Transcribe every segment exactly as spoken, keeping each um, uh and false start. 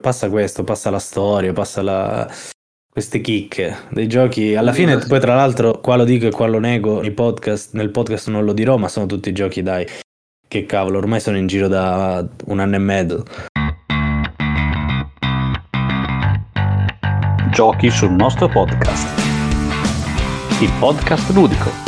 passa questo, passa la storia, passa la... queste chicche dei giochi. Alla fine, poi tra l'altro, qua lo dico e qua lo nego, nei podcast, nel podcast non lo dirò, ma sono tutti giochi, dai, che cavolo, ormai sono in giro da un anno e mezzo. Giochi sul nostro podcast, il podcast ludico.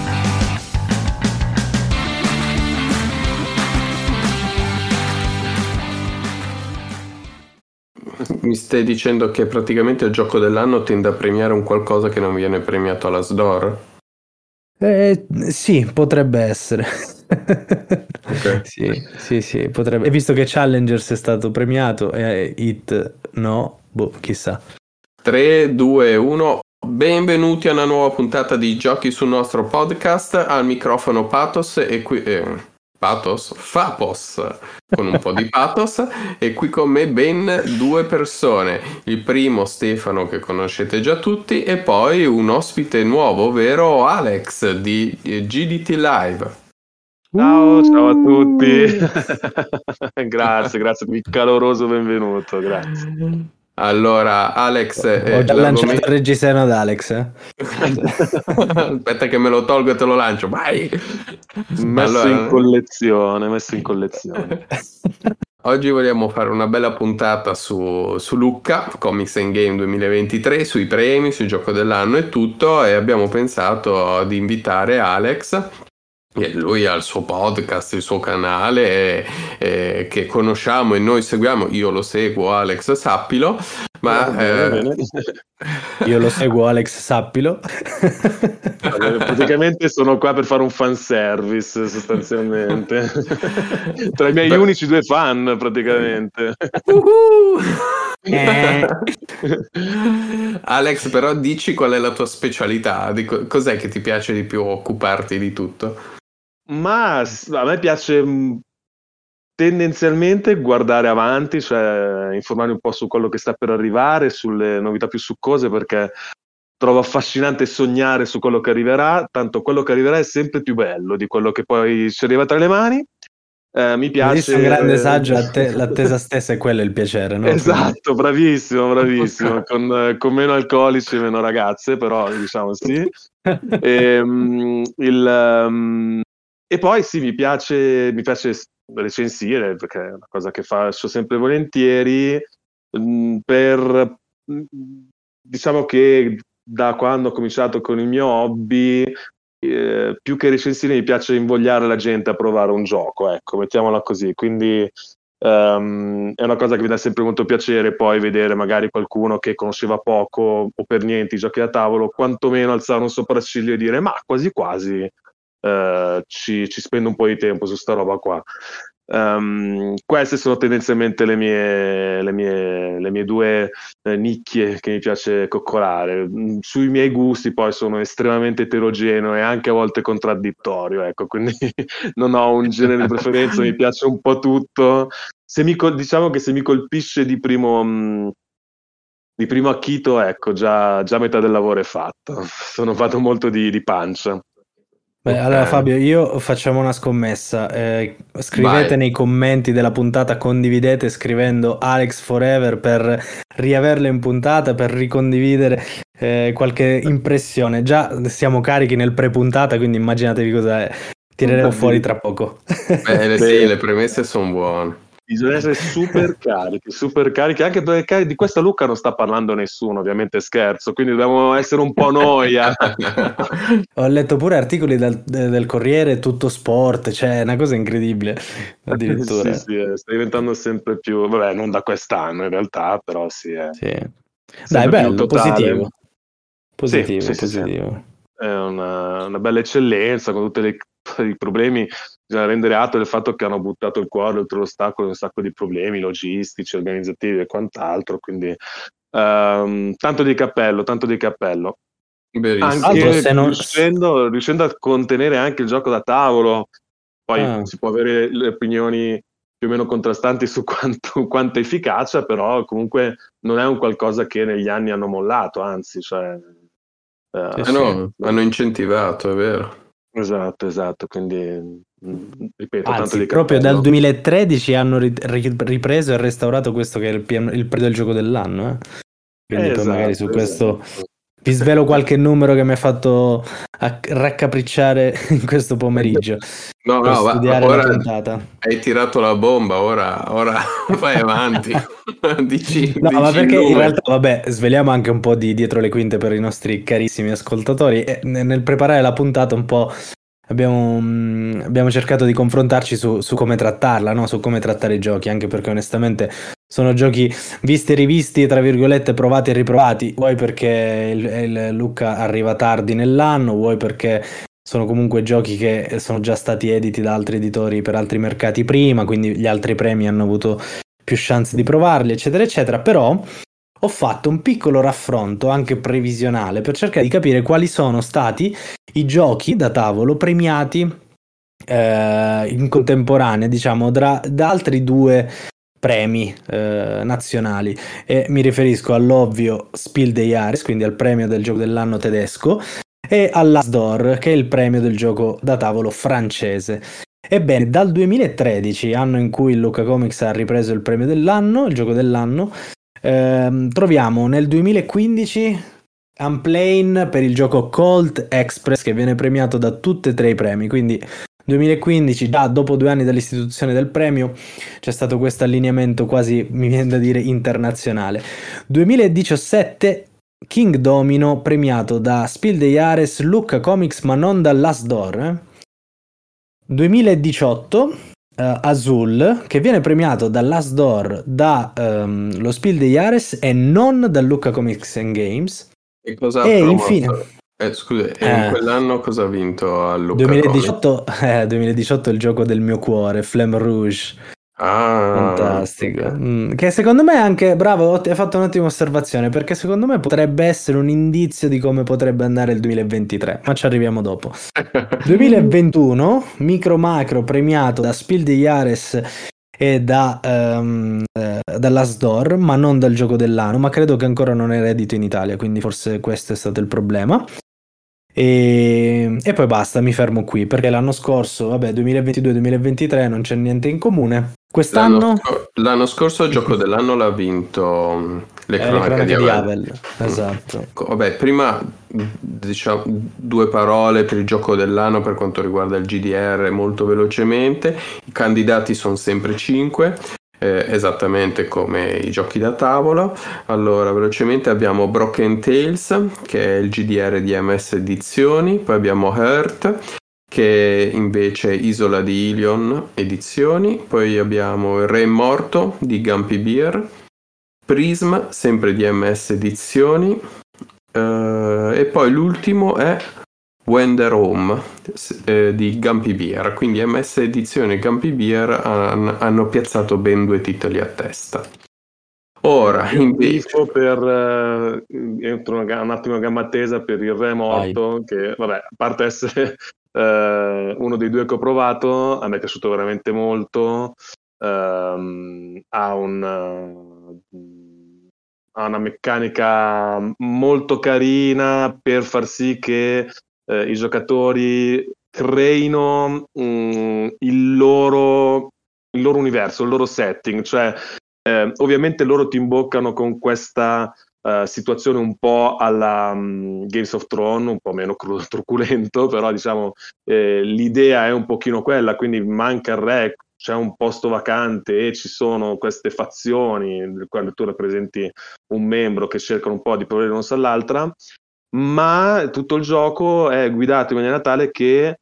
Mi stai dicendo che praticamente il gioco dell'anno tende a premiare un qualcosa che non viene premiato alla S D O R? Eh, sì, potrebbe essere. Ok. Sì, sì, sì, potrebbe. E visto che Challengers è stato premiato e Hit no, boh, chissà. tre, due, uno. Benvenuti a una nuova puntata di Giochi sul nostro podcast. Al microfono Pathos e qui... Eh, Pathos? Fapos, con un po' di pathos. E qui con me ben due persone. Il primo Stefano, che conoscete già tutti, e poi un ospite nuovo, ovvero Alex di G D T Live. Ciao, uh. ciao a tutti. Grazie, grazie per il caloroso benvenuto, grazie. Allora, Alex, ho eh, già lanciato il reggiseno ad Alex, eh? Aspetta che me lo tolgo e te lo lancio, vai! Messo Allora... in collezione, messo in collezione. Oggi vogliamo fare una bella puntata su, su Lucca, Comics and Game duemilaventitré, sui premi, sul gioco dell'anno e tutto, e abbiamo pensato di invitare Alex. E lui ha il suo podcast, il suo canale eh, che conosciamo e noi seguiamo. Io lo seguo, Alex, sappilo, ma oh, bene, eh... bene. Io lo seguo, Alex, sappilo. Allora, praticamente sono qua per fare un fanservice, sostanzialmente. Tra i miei Beh... unici due fan, praticamente. Uh-huh. Alex, però dici qual è la tua specialità, di co- cos'è che ti piace di più occuparti di tutto? Ma a me piace tendenzialmente guardare avanti, cioè informarmi un po' su quello che sta per arrivare, sulle novità più succose, perché trovo affascinante sognare su quello che arriverà, tanto quello che arriverà è sempre più bello di quello che poi ci arriva tra le mani. Eh, mi piace... Esiste un grande saggio, att- l'attesa stessa è quello il piacere, no? Esatto, bravissimo, bravissimo, con, con meno alcolici e meno ragazze, però diciamo sì. E, um, il, um, e poi sì, mi piace, mi piace recensire, perché è una cosa che faccio sempre volentieri, um, per, diciamo che da quando ho cominciato con il mio hobby, eh, più che recensire mi piace invogliare la gente a provare un gioco, ecco, mettiamola così, quindi um, è una cosa che mi dà sempre molto piacere poi vedere magari qualcuno che conosceva poco o per niente i giochi da tavolo, quantomeno alzare un sopracciglio e dire ma quasi quasi uh, ci, ci spendo un po' di tempo su sta roba qua. Um, queste sono tendenzialmente le mie, le mie, le mie due eh, nicchie che mi piace coccolare. Sui miei gusti poi sono estremamente eterogeneo e anche a volte contraddittorio, ecco, quindi non ho un genere di preferenza, mi piace un po' tutto. Se mi, diciamo che se mi colpisce di primo, mh, di primo acchito, ecco, già, già metà del lavoro è fatto. Sono fatto molto di, di pancia. Beh, okay. Allora Fabio, io facciamo una scommessa, eh, scrivete Vai. Nei commenti della puntata, condividete scrivendo Alex Forever per riaverlo in puntata, per ricondividere eh, qualche impressione. Già siamo carichi nel pre-puntata, quindi immaginatevi cosa è. Tireremo fuori tra poco. Beh, sì, le premesse sono buone. Bisogna essere super carichi, super carichi, anche perché di questa Lucca non sta parlando nessuno, ovviamente scherzo, quindi dobbiamo essere un po' noi. Eh. Ho letto pure articoli del, del Corriere, tutto sport, cioè è una cosa incredibile, addirittura. Sì, sì, eh, sta diventando sempre più, vabbè, non da quest'anno in realtà, però sì. È sì. Dai, bello, positivo. Positivo, Positivo, sì, positivo. Sì, sì. È una, una bella eccellenza con tutti i problemi. Bisogna rendere atto del fatto che hanno buttato il cuore oltre l'ostacolo un sacco di problemi logistici, organizzativi e quant'altro, quindi um, tanto di cappello, tanto di cappello. Verissimo. Anche se non... riuscendo, riuscendo a contenere anche il gioco da tavolo, poi ah. si può avere le opinioni più o meno contrastanti su quanto, quanto è efficacia, però comunque non è un qualcosa che negli anni hanno mollato, anzi, cioè... Uh, eh no, hanno incentivato, è vero. Esatto, esatto, quindi mh, ripeto, tanto Anzi, di proprio dal cappello. duemilatredici hanno ri- ri- ripreso e restaurato questo che è il, piano- il premio del gioco dell'anno. eh. Quindi poi magari su Esatto, questo esatto. vi svelo qualche numero che mi ha fatto acc- raccapricciare in questo pomeriggio No, per no, va- studiare la ora puntata. hai tirato la bomba, ora, ora vai avanti. Dici, No, ma dici il perché in numero. realtà, vabbè, sveliamo anche un po' di dietro le quinte per i nostri carissimi ascoltatori. E ne- nel preparare la puntata un po' abbiamo, mm, abbiamo cercato di confrontarci su, su come trattarla, no? Su come trattare i giochi, anche perché onestamente sono giochi visti e rivisti, tra virgolette, provati e riprovati. Vuoi perché il, il Luca arriva tardi nell'anno, vuoi perché sono comunque giochi che sono già stati editi da altri editori per altri mercati prima, quindi gli altri premi hanno avuto più chance di provarli, eccetera, eccetera. Però ho fatto un piccolo raffronto anche previsionale per cercare di capire quali sono stati i giochi da tavolo premiati eh, in contemporanea, diciamo, da, da altri due premi eh, nazionali. E mi riferisco all'ovvio Spiel des Jahres, quindi al premio del gioco dell'anno tedesco, e all'As d'Or, che è il premio del gioco da tavolo francese. Ebbene, dal duemilatredici, anno in cui il Luca Comics ha ripreso il premio dell'anno, il gioco dell'anno, ehm, troviamo nel duemilaquindici Unplane per il gioco Colt Express, che viene premiato da tutti e tre i premi, quindi duemilaquindici, già dopo due anni dall'istituzione del premio, c'è stato questo allineamento quasi, mi viene da dire, internazionale. duemiladiciassette King Domino premiato da Spiel des Jahres, Lucca Comics, ma non dall'As d'Or. eh. duemiladiciotto uh, Azul, che viene premiato dall'As d'Or, da um, lo Spiel des Jahres e non dal Lucca Comics and Games. E cosa ha E promosso? infine Eh, scusa, e in eh, quell'anno cosa ha vinto a Luca Comics? duemiladiciotto, eh, duemiladiciotto è il gioco del mio cuore, Flame Rouge. Ah, Fantastico. ok. Mm, che secondo me anche, bravo, ot- hai fatto un'ottima osservazione, perché secondo me potrebbe essere un indizio di come potrebbe andare il duemilaventitré, ma ci arriviamo dopo. duemilaventuno, Micro Macro premiato da Spiel des Jahres e da, ehm, eh, dall'As d'Or, ma non dal gioco dell'anno, ma credo che ancora non era edito in Italia, quindi forse questo è stato il problema. E, e poi basta, mi fermo qui perché l'anno scorso, vabbè, duemilaventidue duemilaventitré non c'è niente in comune. L'anno, Quest'anno scor- l'anno scorso il gioco dell'anno l'ha vinto mh, Le eh, le Cronache di cronache di Avel. Havel, Mm. esatto. Co- Vabbè, prima mh, diciamo due parole per il gioco dell'anno per quanto riguarda il G D R molto velocemente. I candidati sono sempre cinque, eh, esattamente come i giochi da tavolo. Allora, velocemente abbiamo Broken Tales, che è il G D R di M S Edizioni, poi abbiamo Hurt, che è invece Isola di Ilion Edizioni, poi abbiamo Il Re Morto di Gumpy Beer, Prism, sempre di M S Edizioni, eh, e poi l'ultimo è Wonder Home eh, di Gumpy Beer, quindi M S Edizioni e Gumpy Beer han- hanno piazzato ben due titoli a testa. Ora, Io invece, tifo per eh, entro una, ga- un attimo a gamba tesa per il Re Morto, che vabbè, a parte essere eh, uno dei due che ho provato, a me è piaciuto veramente molto. ehm, ha un, eh, ha una meccanica molto carina per far sì che eh, i giocatori creino mm, il loro, il loro universo, il loro setting, cioè eh, ovviamente loro ti imboccano con questa uh, situazione un po' alla um, Games of Thrones, un po' meno cru- truculento, però diciamo eh, l'idea è un pochino quella, quindi manca il re, c'è un posto vacante e ci sono queste fazioni nel quale tu rappresenti un membro che cercano un po' di provare l'una all'altra, ma tutto il gioco è guidato in maniera tale che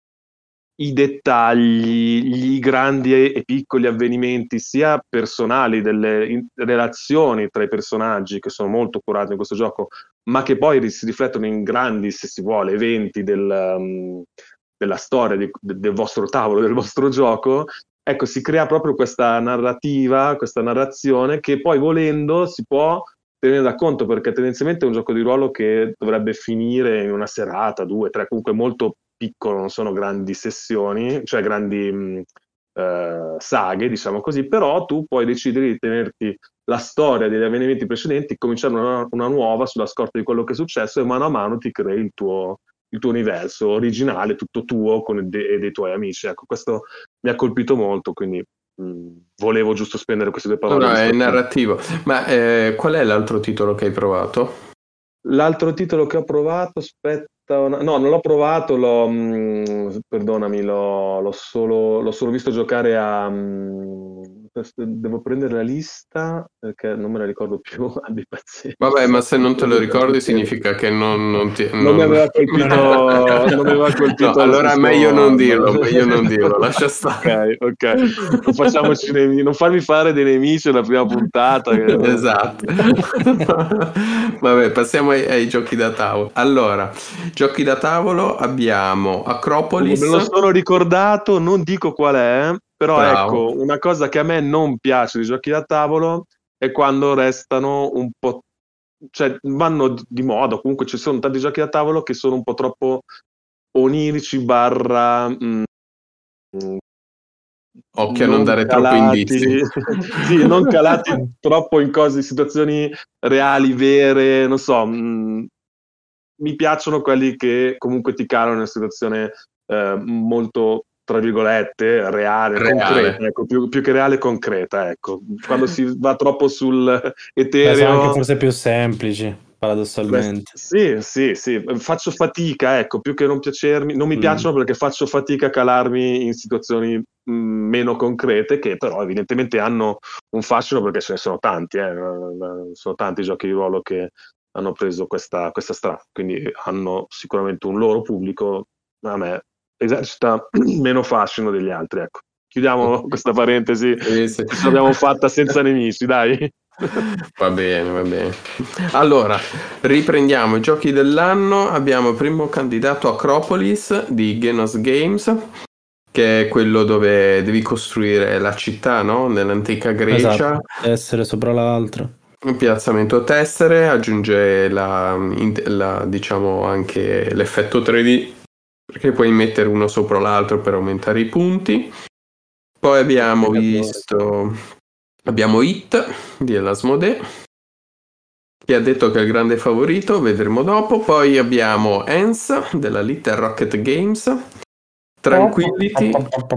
i dettagli, i grandi e piccoli avvenimenti, sia personali, delle relazioni tra i personaggi che sono molto curati in questo gioco, ma che poi si riflettono in grandi, se si vuole, eventi del, um, della storia di, de, del vostro tavolo, del vostro gioco. Ecco, si crea proprio questa narrativa, questa narrazione che poi volendo si può tenere da conto, perché tendenzialmente è un gioco di ruolo che dovrebbe finire in una serata, due, tre, comunque molto piccolo, non sono grandi sessioni, cioè grandi mh, eh, saghe, diciamo così, però tu puoi decidere di tenerti la storia degli avvenimenti precedenti, cominciare una, una nuova sulla scorta di quello che è successo e mano a mano ti crei il tuo, il tuo universo originale, tutto tuo con de- dei tuoi amici. Ecco, questo mi ha colpito molto, quindi mh, volevo giusto spendere queste due parole. No, è visto che- narrativo. Ma eh, qual è l'altro titolo che hai provato? L'altro titolo che ho provato, aspetta, una- no, non l'ho provato, l'ho, mh, perdonami, l'ho, l'ho solo, l'ho solo visto giocare a... mh, questo- devo prendere la lista perché non me la ricordo più, abbi pazienza. Vabbè, ma se non te lo ricordi significa che non, non ti... Non mi aveva colpito, non è- non mi aveva colpito No, allo allora è stesso meglio non modo. dirlo, meglio non dirlo, lascia stare. Ok, ok. Non facciamoci nemici, non farmi fare dei nemici alla prima puntata. che- Esatto. Vabbè, passiamo ai, ai giochi da tavolo. Allora, giochi da tavolo abbiamo Acropolis. Me lo sono ricordato, non dico qual è, però Bravo. ecco, una cosa che a me non piace dei giochi da tavolo è quando restano un po', cioè vanno di moda, comunque ci sono tanti giochi da tavolo che sono un po' troppo onirici barra mh, Occhio a non dare troppi calati, indizi. sì, non calati troppo in cose, situazioni reali, vere, non so, mh, mi piacciono quelli che comunque ti calano in una situazione eh, molto, tra virgolette, reale, Reale. concreta, ecco, più, più che reale, concreta, ecco. Quando si va troppo sul Beh, sono anche etereo... forse più semplici, paradossalmente. Sì, sì, sì, faccio fatica, ecco, più che non piacermi, non mi Mm. piacciono perché faccio fatica a calarmi in situazioni mh, meno concrete, che però evidentemente hanno un fascino perché ce ne sono tanti, eh, sono tanti giochi di ruolo che hanno preso questa, questa strada, quindi hanno sicuramente un loro pubblico, ma a me esercita meno fascino degli altri, ecco. Chiudiamo questa parentesi, Sì, sì. ce l'abbiamo fatta senza nemici, dai. Va bene, va bene. Allora, riprendiamo i giochi dell'anno. Abbiamo il primo candidato Acropolis di Genos Games, che è quello dove devi costruire la città, no? Nell'antica Grecia. Esatto, essere sopra l'altro. Un piazzamento tessere, aggiunge la, la, diciamo anche l'effetto tre D, perché puoi mettere uno sopra l'altro per aumentare i punti. Poi abbiamo visto, abbiamo Hit di Elasmodee, che ha detto che è il grande favorito, vedremo dopo. Poi abbiamo Ants della Little Rocket Games, Tranquility,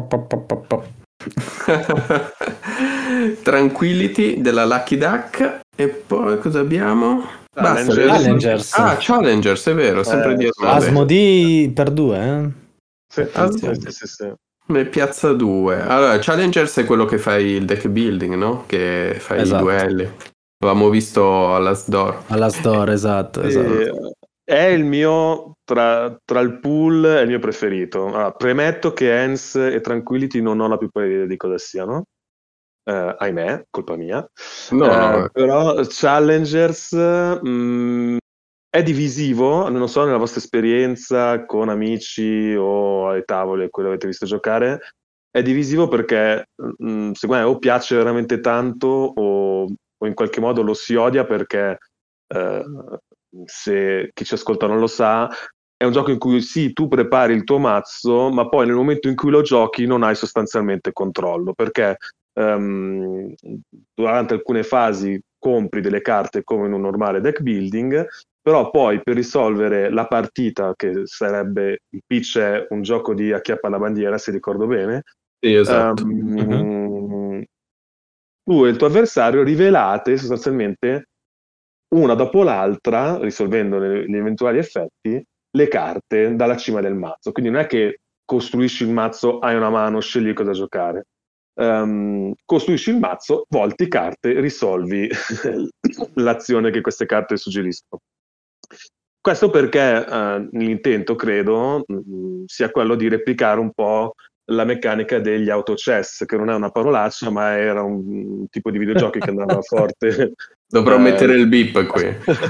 Tranquility della Lucky Duck, e poi cosa abbiamo? Basta. Challengers. Ah, Challengers, è vero, sempre Eh, di Asmodee. Asmodee per due, eh? Sì, Attenzione. sì, sì, sì. Beh, Piazza due. Allora, Challengers è quello che fai il deck building, no? Che fai Esatto. i duelli. L'avevamo visto alla Sdor. Alla store, esatto, Sì, esatto. è il mio, tra, tra il pool, è il mio preferito. Allora, premetto che Ens e Tranquility non ho la più pallida idea di cosa siano. Eh, ahimè, colpa mia. No, Eh, no. Però Challengers mh, è divisivo, non so, nella vostra esperienza con amici o ai tavoli a cui l'avete visto giocare, è divisivo perché mh, secondo me o piace veramente tanto o, o in qualche modo lo si odia perché eh, se chi ci ascolta non lo sa, è un gioco in cui sì, tu prepari il tuo mazzo, ma poi nel momento in cui lo giochi non hai sostanzialmente controllo, perché um, durante alcune fasi compri delle carte come in un normale deck building, però poi per risolvere la partita, che sarebbe, il pitch è un gioco di acchiappa la bandiera, se ricordo bene, Sì, esatto. um, Mhm. tu e il tuo avversario rivelate sostanzialmente una dopo l'altra, risolvendo le- gli eventuali effetti, le carte dalla cima del mazzo. Quindi non è che costruisci il mazzo, hai una mano, scegli cosa giocare. Um, costruisci il mazzo, volti carte, risolvi l'azione che queste carte suggeriscono. Questo perché eh, l'intento, credo, mh, sia quello di replicare un po' la meccanica degli autochess, che non è una parolaccia, ma era un, un tipo di videogiochi che andava forte. Dovrò eh, mettere il beep qui.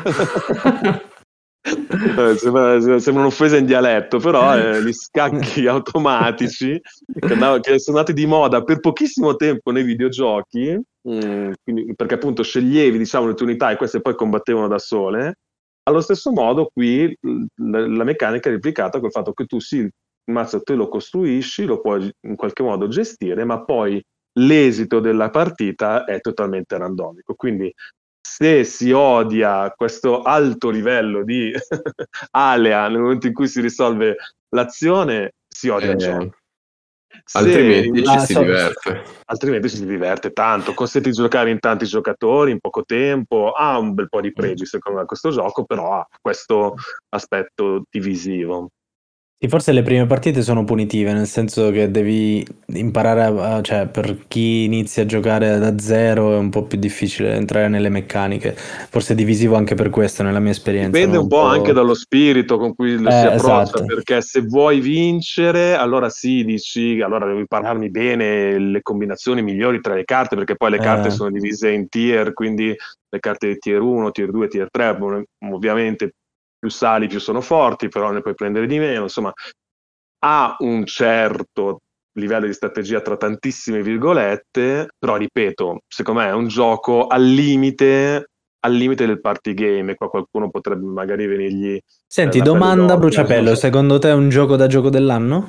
Eh, sembra, sembra un'offesa in dialetto, però eh, gli scacchi automatici che, andava, che sono andati di moda per pochissimo tempo nei videogiochi, mh, quindi, perché appunto sceglievi, diciamo, le tue unità e queste poi combattevano da sole. Allo stesso modo qui mh, la, la meccanica è replicata col fatto che tu sì, il mazzo te lo costruisci, lo puoi in qualche modo gestire, ma poi l'esito della partita è totalmente randomico. Quindi se si odia questo alto livello di alea nel momento in cui si risolve l'azione, si odia il Eh, gioco. Se altrimenti ci Ah, si so- diverte. altrimenti si diverte tanto, consente di giocare in tanti giocatori in poco tempo, ha un bel po' di pregi secondo me questo gioco, però ha questo aspetto divisivo. Sì, forse le prime partite sono punitive, nel senso che devi imparare a, a- cioè per chi inizia a giocare da zero è un po' più difficile entrare nelle meccaniche. Forse è divisivo anche per questo, nella mia esperienza. Dipende non un po' anche dallo spirito con cui lo si Eh, approccia, esatto. perché se vuoi vincere, allora sì, dici, allora devo impararmi bene le combinazioni migliori tra le carte, perché poi le carte Eh, sono divise in tier, quindi le carte di tier uno, tier due, tier tre, ovviamente più sali più sono forti, però ne puoi prendere di meno, insomma, ha un certo livello di strategia tra tantissime virgolette, però ripeto, secondo me è un gioco al limite al limite del party game, e qua qualcuno potrebbe magari venirgli eh, Senti, la pelle domanda a d'oca. bruciapello, secondo te è un gioco da gioco dell'anno?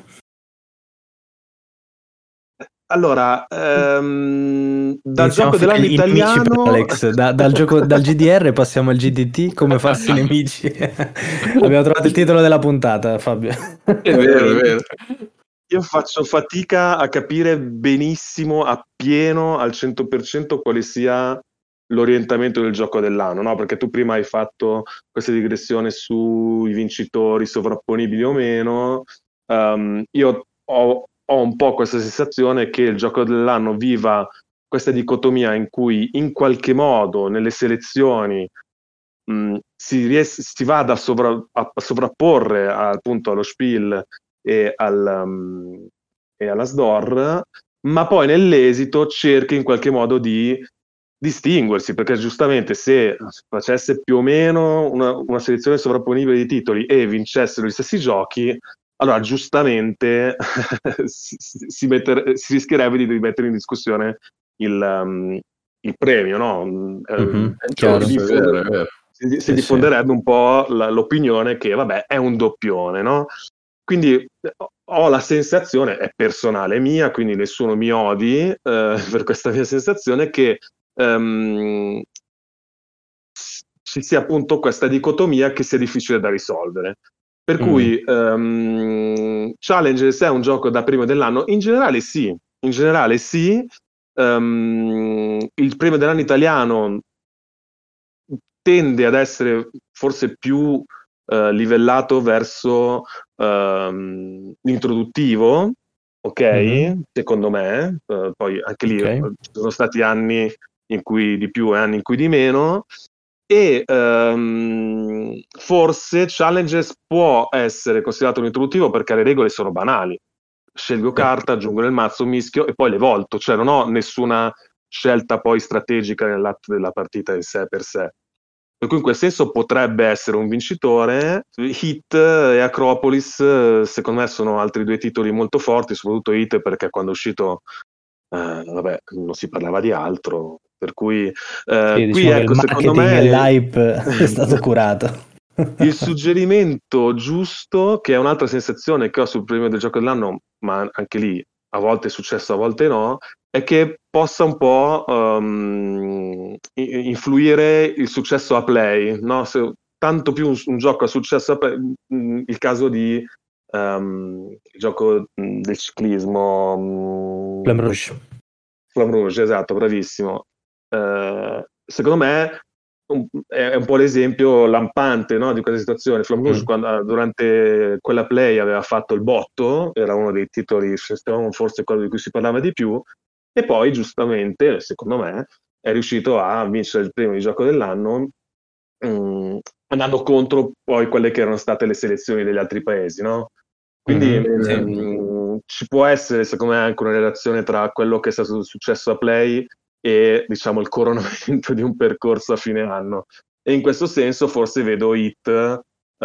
Allora, ehm, dal Iniziamo a gioco fare dell'anno i nemici per italiano Alex, Da- dal, gioco, dal G D R passiamo al G D T, come farsi nemici. Abbiamo trovato il titolo della puntata, Fabio. È vero, è vero. io faccio fatica a capire benissimo, appieno, al cento per cento quale sia l'orientamento del gioco dell'anno, no? Perché tu prima hai fatto questa digressione sui vincitori sovrapponibili o meno. Um, io ho, ho un po' questa sensazione che il gioco dell'anno viva questa dicotomia in cui in qualche modo nelle selezioni mh, si, ries- si vada a, sovra- a sovrapporre appunto allo Spiel e, al, um, e alla S D O R, ma poi nell'esito cerchi in qualche modo di distinguersi, perché giustamente se facesse più o meno una, una selezione sovrapponibile di titoli e vincessero gli stessi giochi, allora giustamente si, si, metter, si rischierebbe di rimettere in discussione il, um, il premio, no? Mhm, Eh, chiaro. si, Giusto, è vero, è diffonde, vero. si, si Sì, sì. diffonderebbe un po' la, l'opinione che vabbè è un doppione, no? Quindi ho la sensazione, è personale mia, quindi nessuno mi odi eh, per questa mia sensazione, che um, ci sia appunto questa dicotomia che sia difficile da risolvere. Per Mm. cui um, Challenges è un gioco da premio dell'anno? In generale sì, in generale sì. Um, il premio dell'anno italiano tende ad essere forse più uh, livellato verso um, l'introduttivo, ok? Mhm. Secondo me, uh, poi anche lì Ok. ci sono stati anni in cui di più e anni in cui di meno, e um, forse Challenges può essere considerato un introduttivo perché le regole sono banali. Scelgo carta, aggiungo nel mazzo, mischio e poi le volto, cioè non ho nessuna scelta poi strategica nell'atto della partita in sé per sé. Per cui in quel senso potrebbe essere un vincitore. Hit e Acropolis secondo me sono altri due titoli molto forti, soprattutto Hit perché quando è uscito eh, vabbè, non si parlava di altro, per cui eh, Sì, qui diciamo che ecco il secondo marketing e me l'hype è stato curato. il suggerimento giusto, che è un'altra sensazione che ho sul premio del gioco dell'anno, ma anche lì a volte è successo, a volte no, è che possa un po' um, influire il successo a play, no? Se, tanto più un, un gioco a successo a play, mh, il caso di um, il gioco mh, del ciclismo Flamme Rouge. Flamme Rouge, esatto, bravissimo. Uh, secondo me un, è un po' l'esempio lampante, no, di questa situazione. Flamme Rouge Mm. quando, durante quella play aveva fatto il botto, era uno dei titoli, forse quello di cui si parlava di più, e poi giustamente, secondo me, è riuscito a vincere il premio di gioco dell'anno mh, andando contro poi quelle che erano state le selezioni degli altri paesi, no? Quindi Mhm, sì. mh, ci può essere, secondo me, anche una relazione tra quello che è stato successo a Play e, diciamo, il coronamento di un percorso a fine anno. E in questo senso forse vedo Hit,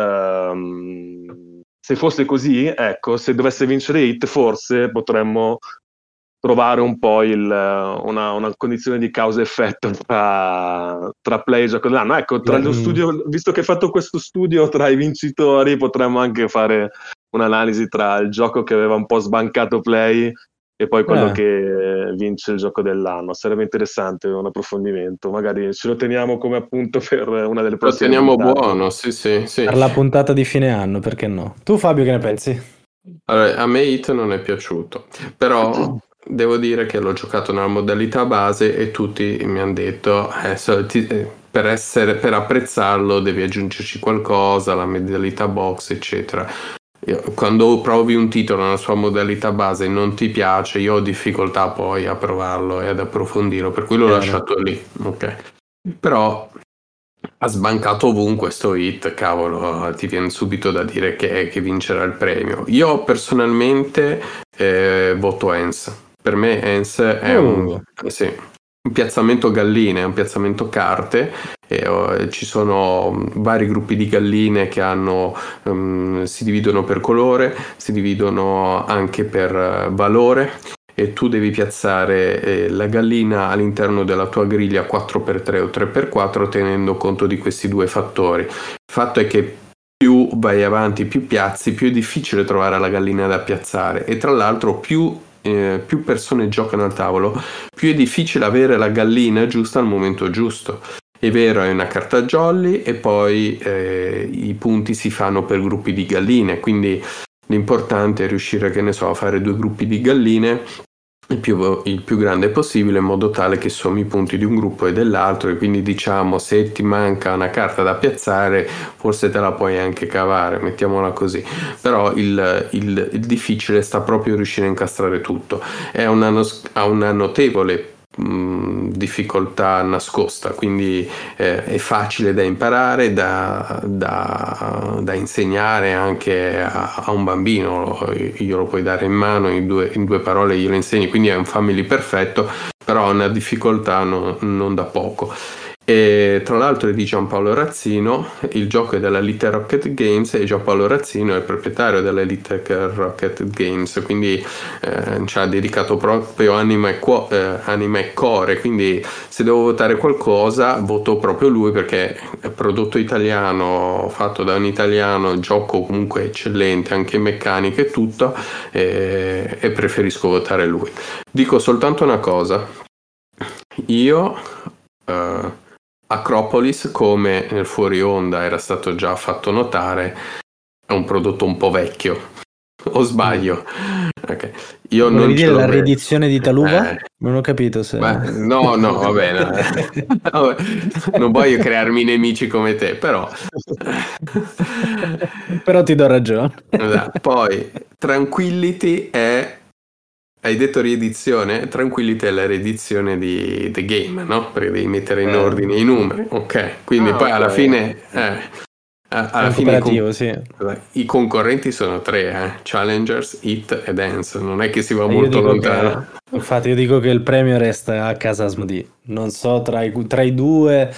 um, se fosse così, ecco, se dovesse vincere Hit, forse potremmo trovare un po' il, una, una condizione di causa-effetto tra, tra Play e gioco dell'anno. Ecco, tra Le- lo mm. studio, visto che hai fatto questo studio tra i vincitori, potremmo anche fare un'analisi tra il gioco che aveva un po' sbancato Play e poi quello Eh. che vince il gioco dell'anno. Sarebbe interessante un approfondimento, magari ce lo teniamo come appunto per una delle Lo prossime teniamo puntate. buono, sì, sì, sì. Per la puntata di fine anno, perché no? Tu Fabio che ne pensi? Allora, a me Hit non è piaciuto, però devo dire che l'ho giocato nella modalità base e tutti mi hanno detto eh, so- ti- eh, per, essere, per apprezzarlo devi aggiungerci qualcosa, la modalità box, eccetera. Io, quando provi un titolo nella sua modalità base e non ti piace, io ho difficoltà poi a provarlo e ad approfondirlo, per cui l'ho Chiaro. lasciato lì. Ok. Però ha sbancato ovunque sto hit, cavolo, ti viene subito da dire che, che vincerà il premio. Io personalmente eh, voto Ens. Per me Ens è un, Uh. sì, un piazzamento galline, è un piazzamento carte. E, oh, ci sono vari gruppi di galline che hanno, um, si dividono per colore, si dividono anche per uh, valore. E tu devi piazzare eh, la gallina all'interno della tua griglia quattro per tre o tre per quattro tenendo conto di questi due fattori. Il fatto è che più vai avanti, più piazzi, più è difficile trovare la gallina da piazzare e tra l'altro più, eh, più persone giocano al tavolo, più è difficile avere la gallina giusta al momento giusto. È vero, è una carta jolly e poi eh, i punti si fanno per gruppi di galline, quindi l'importante è riuscire, che ne so, a fare due gruppi di galline il più, il più grande possibile in modo tale che sommi i punti di un gruppo e dell'altro e quindi diciamo se ti manca una carta da piazzare forse te la puoi anche cavare, mettiamola così, però il, il, il difficile sta proprio riuscire a incastrare tutto. È una, ha una notevole mh, difficoltà nascosta, quindi eh, è facile da imparare, da, da, da insegnare anche a, a un bambino, io lo puoi dare in mano in due, in due parole, io lo insegni, quindi è un family perfetto, però ha una difficoltà no, non da poco. E tra l'altro è di Giampaolo Razzino, il gioco è della Little Rocket Games e Giampaolo Razzino è il proprietario della Little Rocket Games, quindi eh, ci ha dedicato proprio anima e, cuo- eh, anima e core, quindi se devo votare qualcosa voto proprio lui perché è prodotto italiano, fatto da un italiano, gioco comunque eccellente, anche meccanica e tutto, e, e preferisco votare lui. Dico soltanto una cosa, io... Uh, Acropolis, come nel fuori onda era stato già fatto notare, è un prodotto un po' vecchio. O sbaglio? Okay. Io Volevi non dire ce l'ho la vecchio. riedizione di Taluva? Eh, Non ho capito se... beh, no, no, va bene. Non voglio crearmi nemici come te, però... Però ti do ragione. Poi, Tranquility è... Hai detto riedizione? Tranquillità è la riedizione di The Game, no? Perché devi mettere in Eh. ordine i numeri. Ok, quindi Ah, poi alla ok. fine... Eh, alla È fine i, cooperativo, con- sì. i concorrenti sono tre, eh? Challengers, Hit e Dance. Non è che si va Io molto dico lontano. che, infatti, io dico che il premio resta a casa Asmodee. Non so tra i, tra i due.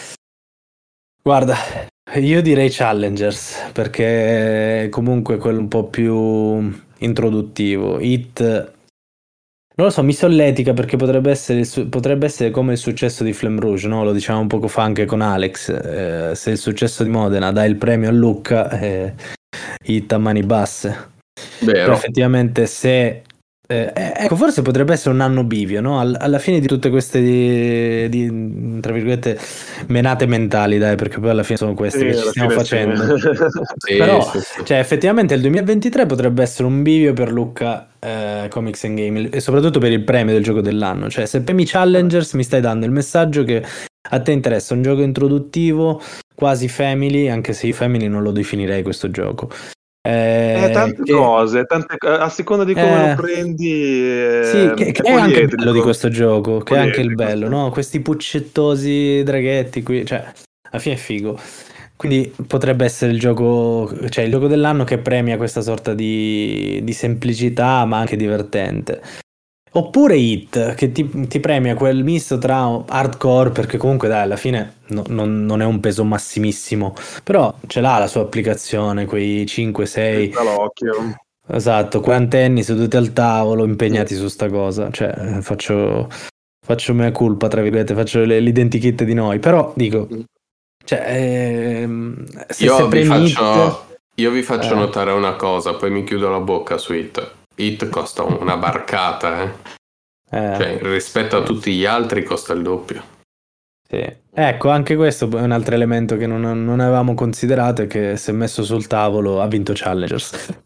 Guarda, io direi Challengers perché comunque è quello un po' più introduttivo. Hit. Non lo so, mi solletica perché potrebbe essere, il su- potrebbe essere come il successo di Flame Rouge, no? Lo diciamo un poco fa anche con Alex. Eh, se il successo di Modena dà il premio a Lucca, eh, Hit a mani basse. Però Vero. effettivamente se... eh, ecco, forse potrebbe essere un anno bivio, no? All- alla fine di tutte queste, di, di, tra virgolette, menate mentali, dai, perché poi alla fine sono queste Sì, che ci alla stiamo fine sì. facendo. Sì, Però, sì, sì. cioè, effettivamente il duemilaventitré potrebbe essere un bivio per Lucca eh, Comics and Game e soprattutto per il premio del gioco dell'anno. Cioè, se premi Challengers mi stai dando il messaggio che a te interessa un gioco introduttivo, quasi family, anche se io family non lo definirei questo gioco. Eh, Eh, tante che, cose, tante, a seconda di come eh, lo prendi, sì, eh, che, è che è anche il bello di poliedrico. questo gioco, che è anche il Poliedrico, bello, sì. no? Questi puccettosi draghetti qui, cioè, alla fine è figo. Quindi potrebbe essere il gioco, cioè il gioco dell'anno che premia questa sorta di, di semplicità, ma anche divertente. Oppure Hit, che ti, ti premia quel misto tra hardcore, perché comunque dai, alla fine no- non, non è un peso massimissimo, però ce l'ha la sua applicazione, quei cinque sei, Sta l'occhio. esatto, quarantenni seduti al tavolo, impegnati su sta cosa, cioè eh, faccio, faccio mea culpa, tra virgolette, faccio le- l'identikit di noi, però dico, cioè, ehm, se, se Io vi premi Hit... faccio, io vi faccio eh, notare una cosa, poi mi chiudo la bocca su Hit. Hit costa una barcata, eh. Eh. Cioè, rispetto a tutti gli altri costa il doppio. Sì. Ecco, anche questo è un altro elemento che non, non avevamo considerato e che se messo sul tavolo ha vinto Challengers.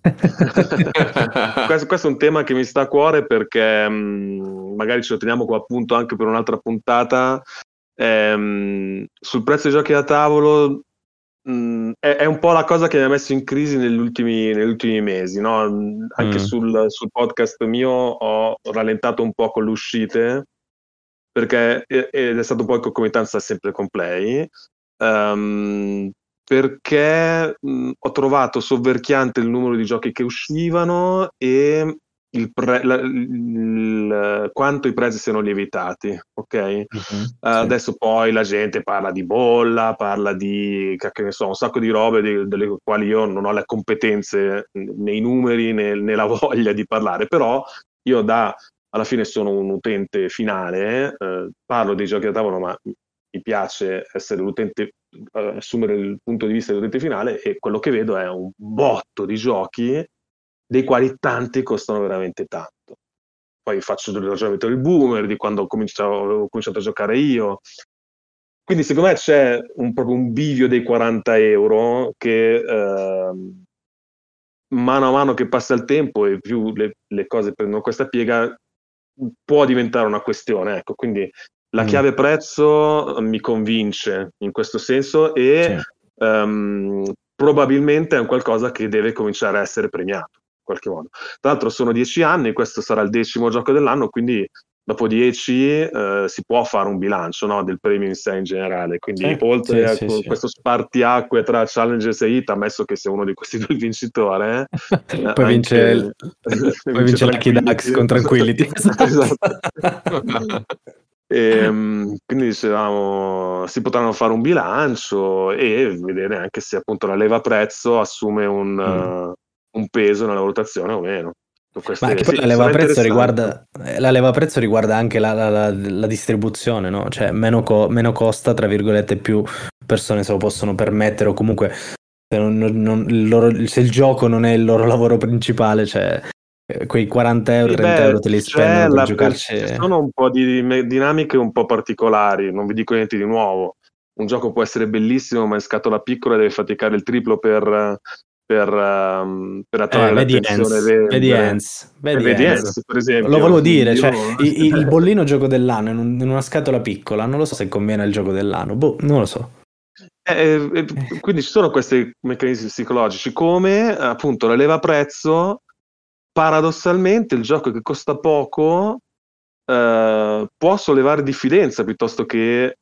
questo, questo è un tema che mi sta a cuore perché mh, magari ce lo teniamo qua appunto anche per un'altra puntata. Ehm, sul prezzo dei giochi da tavolo mh, è, è un po' la cosa che mi ha messo in crisi negli ultimi, negli ultimi mesi, no? Anche mm. sul, sul podcast mio ho rallentato un po' con le uscite, perché ed è stato un po' in concomitanza sempre con Play, um, perché mh, ho trovato sovverchiante il numero di giochi che uscivano e il pre- la, il, quanto i prezzi siano lievitati, ok? Mm-hmm, uh, sì. Adesso poi la gente parla di bolla, parla di, che ne so, un sacco di robe di, delle quali io non ho le competenze nei numeri né, né la voglia di parlare, però io da alla fine sono un utente finale, eh, parlo dei giochi da tavolo, ma mi piace essere l'utente, eh, assumere il punto di vista dell'utente finale, e quello che vedo è un botto di giochi, dei quali tanti costano veramente tanto. Poi faccio il ragionamento del boomer, di quando ho cominciato, ho cominciato a giocare io. Quindi secondo me c'è un, proprio un bivio dei quaranta euro che... Eh, mano a mano che passa il tempo e più le, le cose prendono questa piega, può diventare una questione, ecco. Quindi la mm. chiave prezzo mi convince in questo senso e sì. um, probabilmente è un qualcosa che deve cominciare a essere premiato in qualche modo. Tra l'altro sono dieci anni, questo sarà il decimo gioco dell'anno, quindi dopo dieci uh, si può fare un bilancio, no, del premio in sé in generale, quindi sì, oltre sì, a sì, questo sì. spartiacque tra Challengers e Hit, ammesso che sia uno di questi due il vincitore, eh, poi vince il, poi vince Lucky Ducks con Tranquility. Esatto. E, quindi dicevamo, si potranno fare un bilancio e vedere anche se appunto la leva prezzo assume un, mm. uh, un peso nella valutazione o meno. Queste, ma che poi sì, la leva prezzo riguarda la leva prezzo riguarda anche la, la, la, la distribuzione, no? Cioè meno, co- meno costa, tra virgolette, più persone se lo possono permettere, o comunque se, non, non, il, loro, se il gioco non è il loro lavoro principale, cioè quei quaranta euro, sì, trenta euro te li spendono per giocarci. Ci sono un po' di dinamiche un po' particolari, non vi dico niente di nuovo. Un gioco può essere bellissimo, ma in scatola piccola deve faticare il triplo per per, um, per attrarre eh, l'attenzione. Vedi Ends, vedi Ends, per esempio. Lo volevo dire, io... cioè, il, il bollino gioco dell'anno in, un, in una scatola piccola, non lo so se conviene al gioco dell'anno, boh, non lo so. Eh, eh, quindi ci sono questi meccanismi psicologici, come appunto la leva prezzo. Paradossalmente il gioco che costa poco eh, può sollevare diffidenza piuttosto che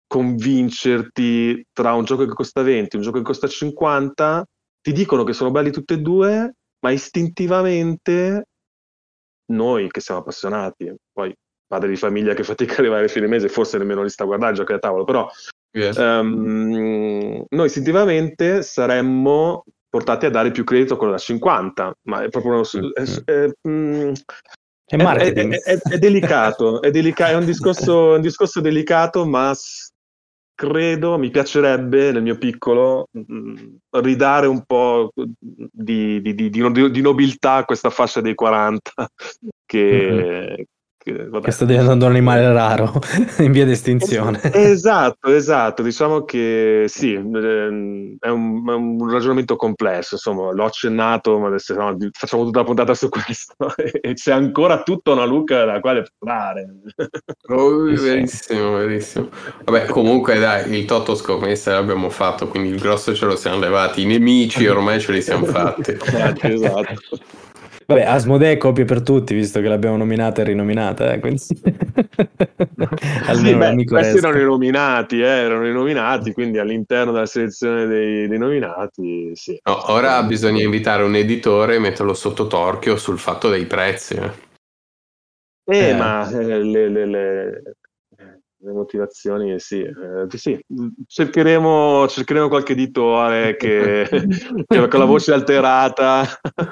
convincerti tra un gioco che costa venti e un gioco che costa cinquanta. Ti dicono che sono belli tutti e due, ma istintivamente noi che siamo appassionati, poi padre di famiglia che fatica a arrivare a fine mese, forse nemmeno li sta a guardare il gioco da tavolo, però yes. um, noi istintivamente saremmo portati a dare più credito a quello da cinquanta, ma è proprio uno, è, è, è, è marketing. È, è, è, è delicato, è, delica- è un discorso, un discorso delicato, ma credo, mi piacerebbe nel mio piccolo mh, ridare un po' di, di, di, di, di nobiltà a questa fascia dei quaranta che, mm-hmm. che, vabbè, che sta diventando un animale raro in via di estinzione. Esatto, esatto, diciamo che sì, è un, è un ragionamento complesso, insomma, l'ho accennato, ma adesso no, facciamo tutta la puntata su questo e c'è ancora tutta una Luca da quale parlare. Oh, verissimo, verissimo. Vabbè, comunque dai, il Toto scommessa l'abbiamo fatto, quindi il grosso ce lo siamo levati, i nemici ormai ce li siamo fatti. Esatto. Vabbè, Asmodee copie per tutti, visto che l'abbiamo nominata e rinominata, eh, quindi... almeno sì, beh, questi erano i nominati, eh, erano i nominati, quindi all'interno della selezione dei, dei nominati, sì. No, ora bisogna invitare un editore e metterlo sotto torchio sul fatto dei prezzi. Eh, eh, eh. ma eh, le, le, le, le motivazioni, sì, eh, sì. Cercheremo, cercheremo qualche editore che, che con la voce alterata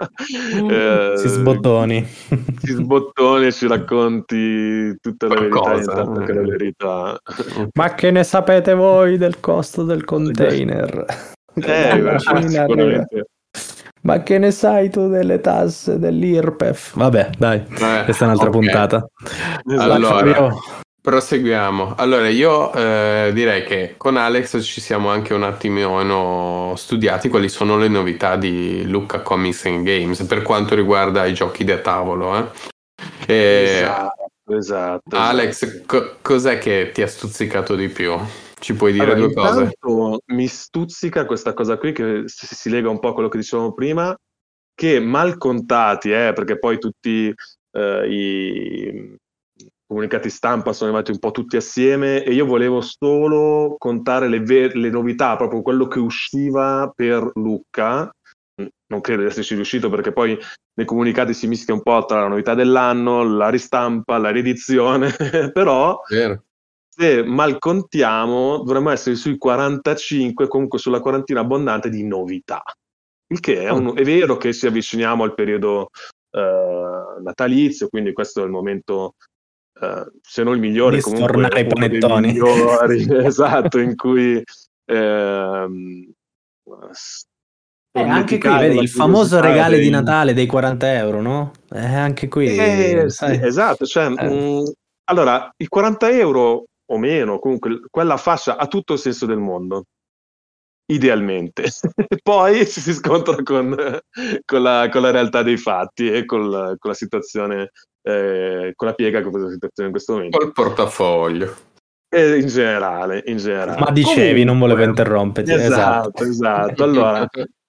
eh, si sbottoni si sbottoni e ci racconti tutta la verità, intanto che la verità. Ma che ne sapete voi del costo del container? Eh, sicuramente. Ma che ne sai tu delle tasse dell'I R P E F? Vabbè, dai, Eh, questa è un'altra ok. puntata. Allora, proseguiamo. Allora, io eh, direi che con Alex ci siamo anche un attimino studiati quali sono le novità di Lucca Comics and Games per quanto riguarda i giochi da tavolo. Eh. E, Esatto, esatto. Alex, esatto. co- cos'è che ti ha stuzzicato di più? Ci puoi dire Allora, due cose? intanto mi stuzzica questa cosa qui che si, si lega un po' a quello che dicevamo prima, che mal contati, eh, perché poi tutti eh, i comunicati stampa sono arrivati un po' tutti assieme e io volevo solo contare le, ver- le novità, proprio quello che usciva per Lucca. Non credo di esserci riuscito perché poi nei comunicati si mischia un po' tra la novità dell'anno, la ristampa, la riedizione, però Vero. se mal contiamo dovremmo essere sui quarantacinque, comunque sulla quarantina abbondante di novità. Il che è, un, è vero che ci avviciniamo al periodo eh, natalizio, quindi questo è il momento, eh, se non il migliore, Di comunque sfornare i uno dei panettoni. migliori, esatto, in cui ehm, Eh, anche qui, solleticare vedi, la il famoso curiosità regalo di dei... Natale dei quaranta euro, no? Eh, anche Eh, qui, sì, sai. esatto, cioè, Eh. mh, allora, i quaranta euro o meno, comunque quella fascia ha tutto il senso del mondo, idealmente. Poi ci si scontra con, con la, con la realtà dei fatti e con la, con la situazione, eh, con la piega che questa situazione in questo momento. Col portafoglio. E in generale, in Ma generale. dicevi, non volevo Comunque, interromperti, esatto. esatto, esatto. Allora,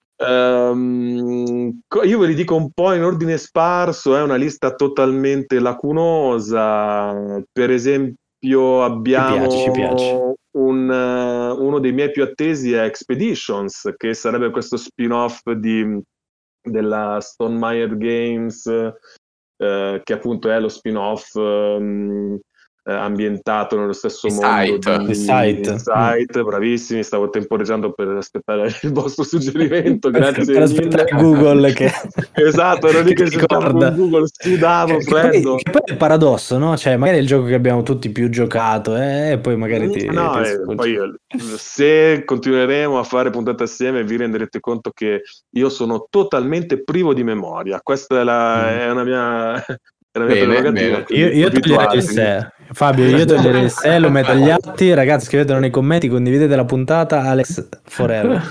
ehm, co- io ve li dico un po' in ordine sparso, è una lista totalmente lacunosa. Per esempio, Ci piace, ci piace. abbiamo un, eh, uno dei miei più attesi è Expeditions, che sarebbe questo spin-off di, della Stonemaier Games, eh, che appunto è lo spin-off ehm, eh, ambientato nello stesso I mondo site. Il di site. Insight. Bravissimi, stavo temporeggiando per aspettare il vostro suggerimento, Per, grazie per mille. aspettare Google che, Esatto, ero lì che che ti cercavo con ricorda. Google, sudavo, Che, che poi, freddo. che poi è il paradosso, no? Cioè, magari è il gioco che abbiamo tutti più giocato, eh, e poi magari Mm, ti, No, ti eh, poi sfugge. io- se continueremo a fare puntate assieme vi renderete conto che io sono totalmente privo di memoria. Questa è, la, Mm. è una mia, è una mia Bene, prerogativa, bene. Io, quindi io toglierei il abituatevi. se. Fabio, io toglierei il se, lo metto agli atti. Ragazzi, scrivetelo nei commenti, condividete la puntata. Alex Forever.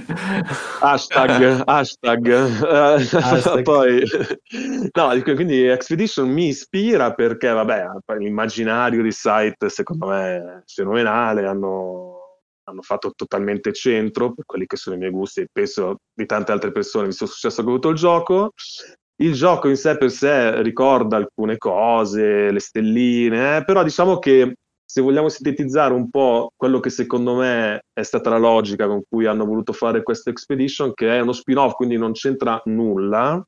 Hashtag, hashtag. Eh, Hashtag. poi, no, dico, quindi Expedition mi ispira perché, vabbè, l'immaginario di Site secondo me è fenomenale, hanno, hanno fatto totalmente centro per quelli che sono i miei gusti e penso di tante altre persone, visto il successo che ha avuto il gioco. Il gioco in sé per sé ricorda alcune cose, le stelline, eh, però diciamo che se vogliamo sintetizzare un po' quello che secondo me è stata la logica con cui hanno voluto fare questa Expedition, che è uno spin-off, quindi non c'entra nulla,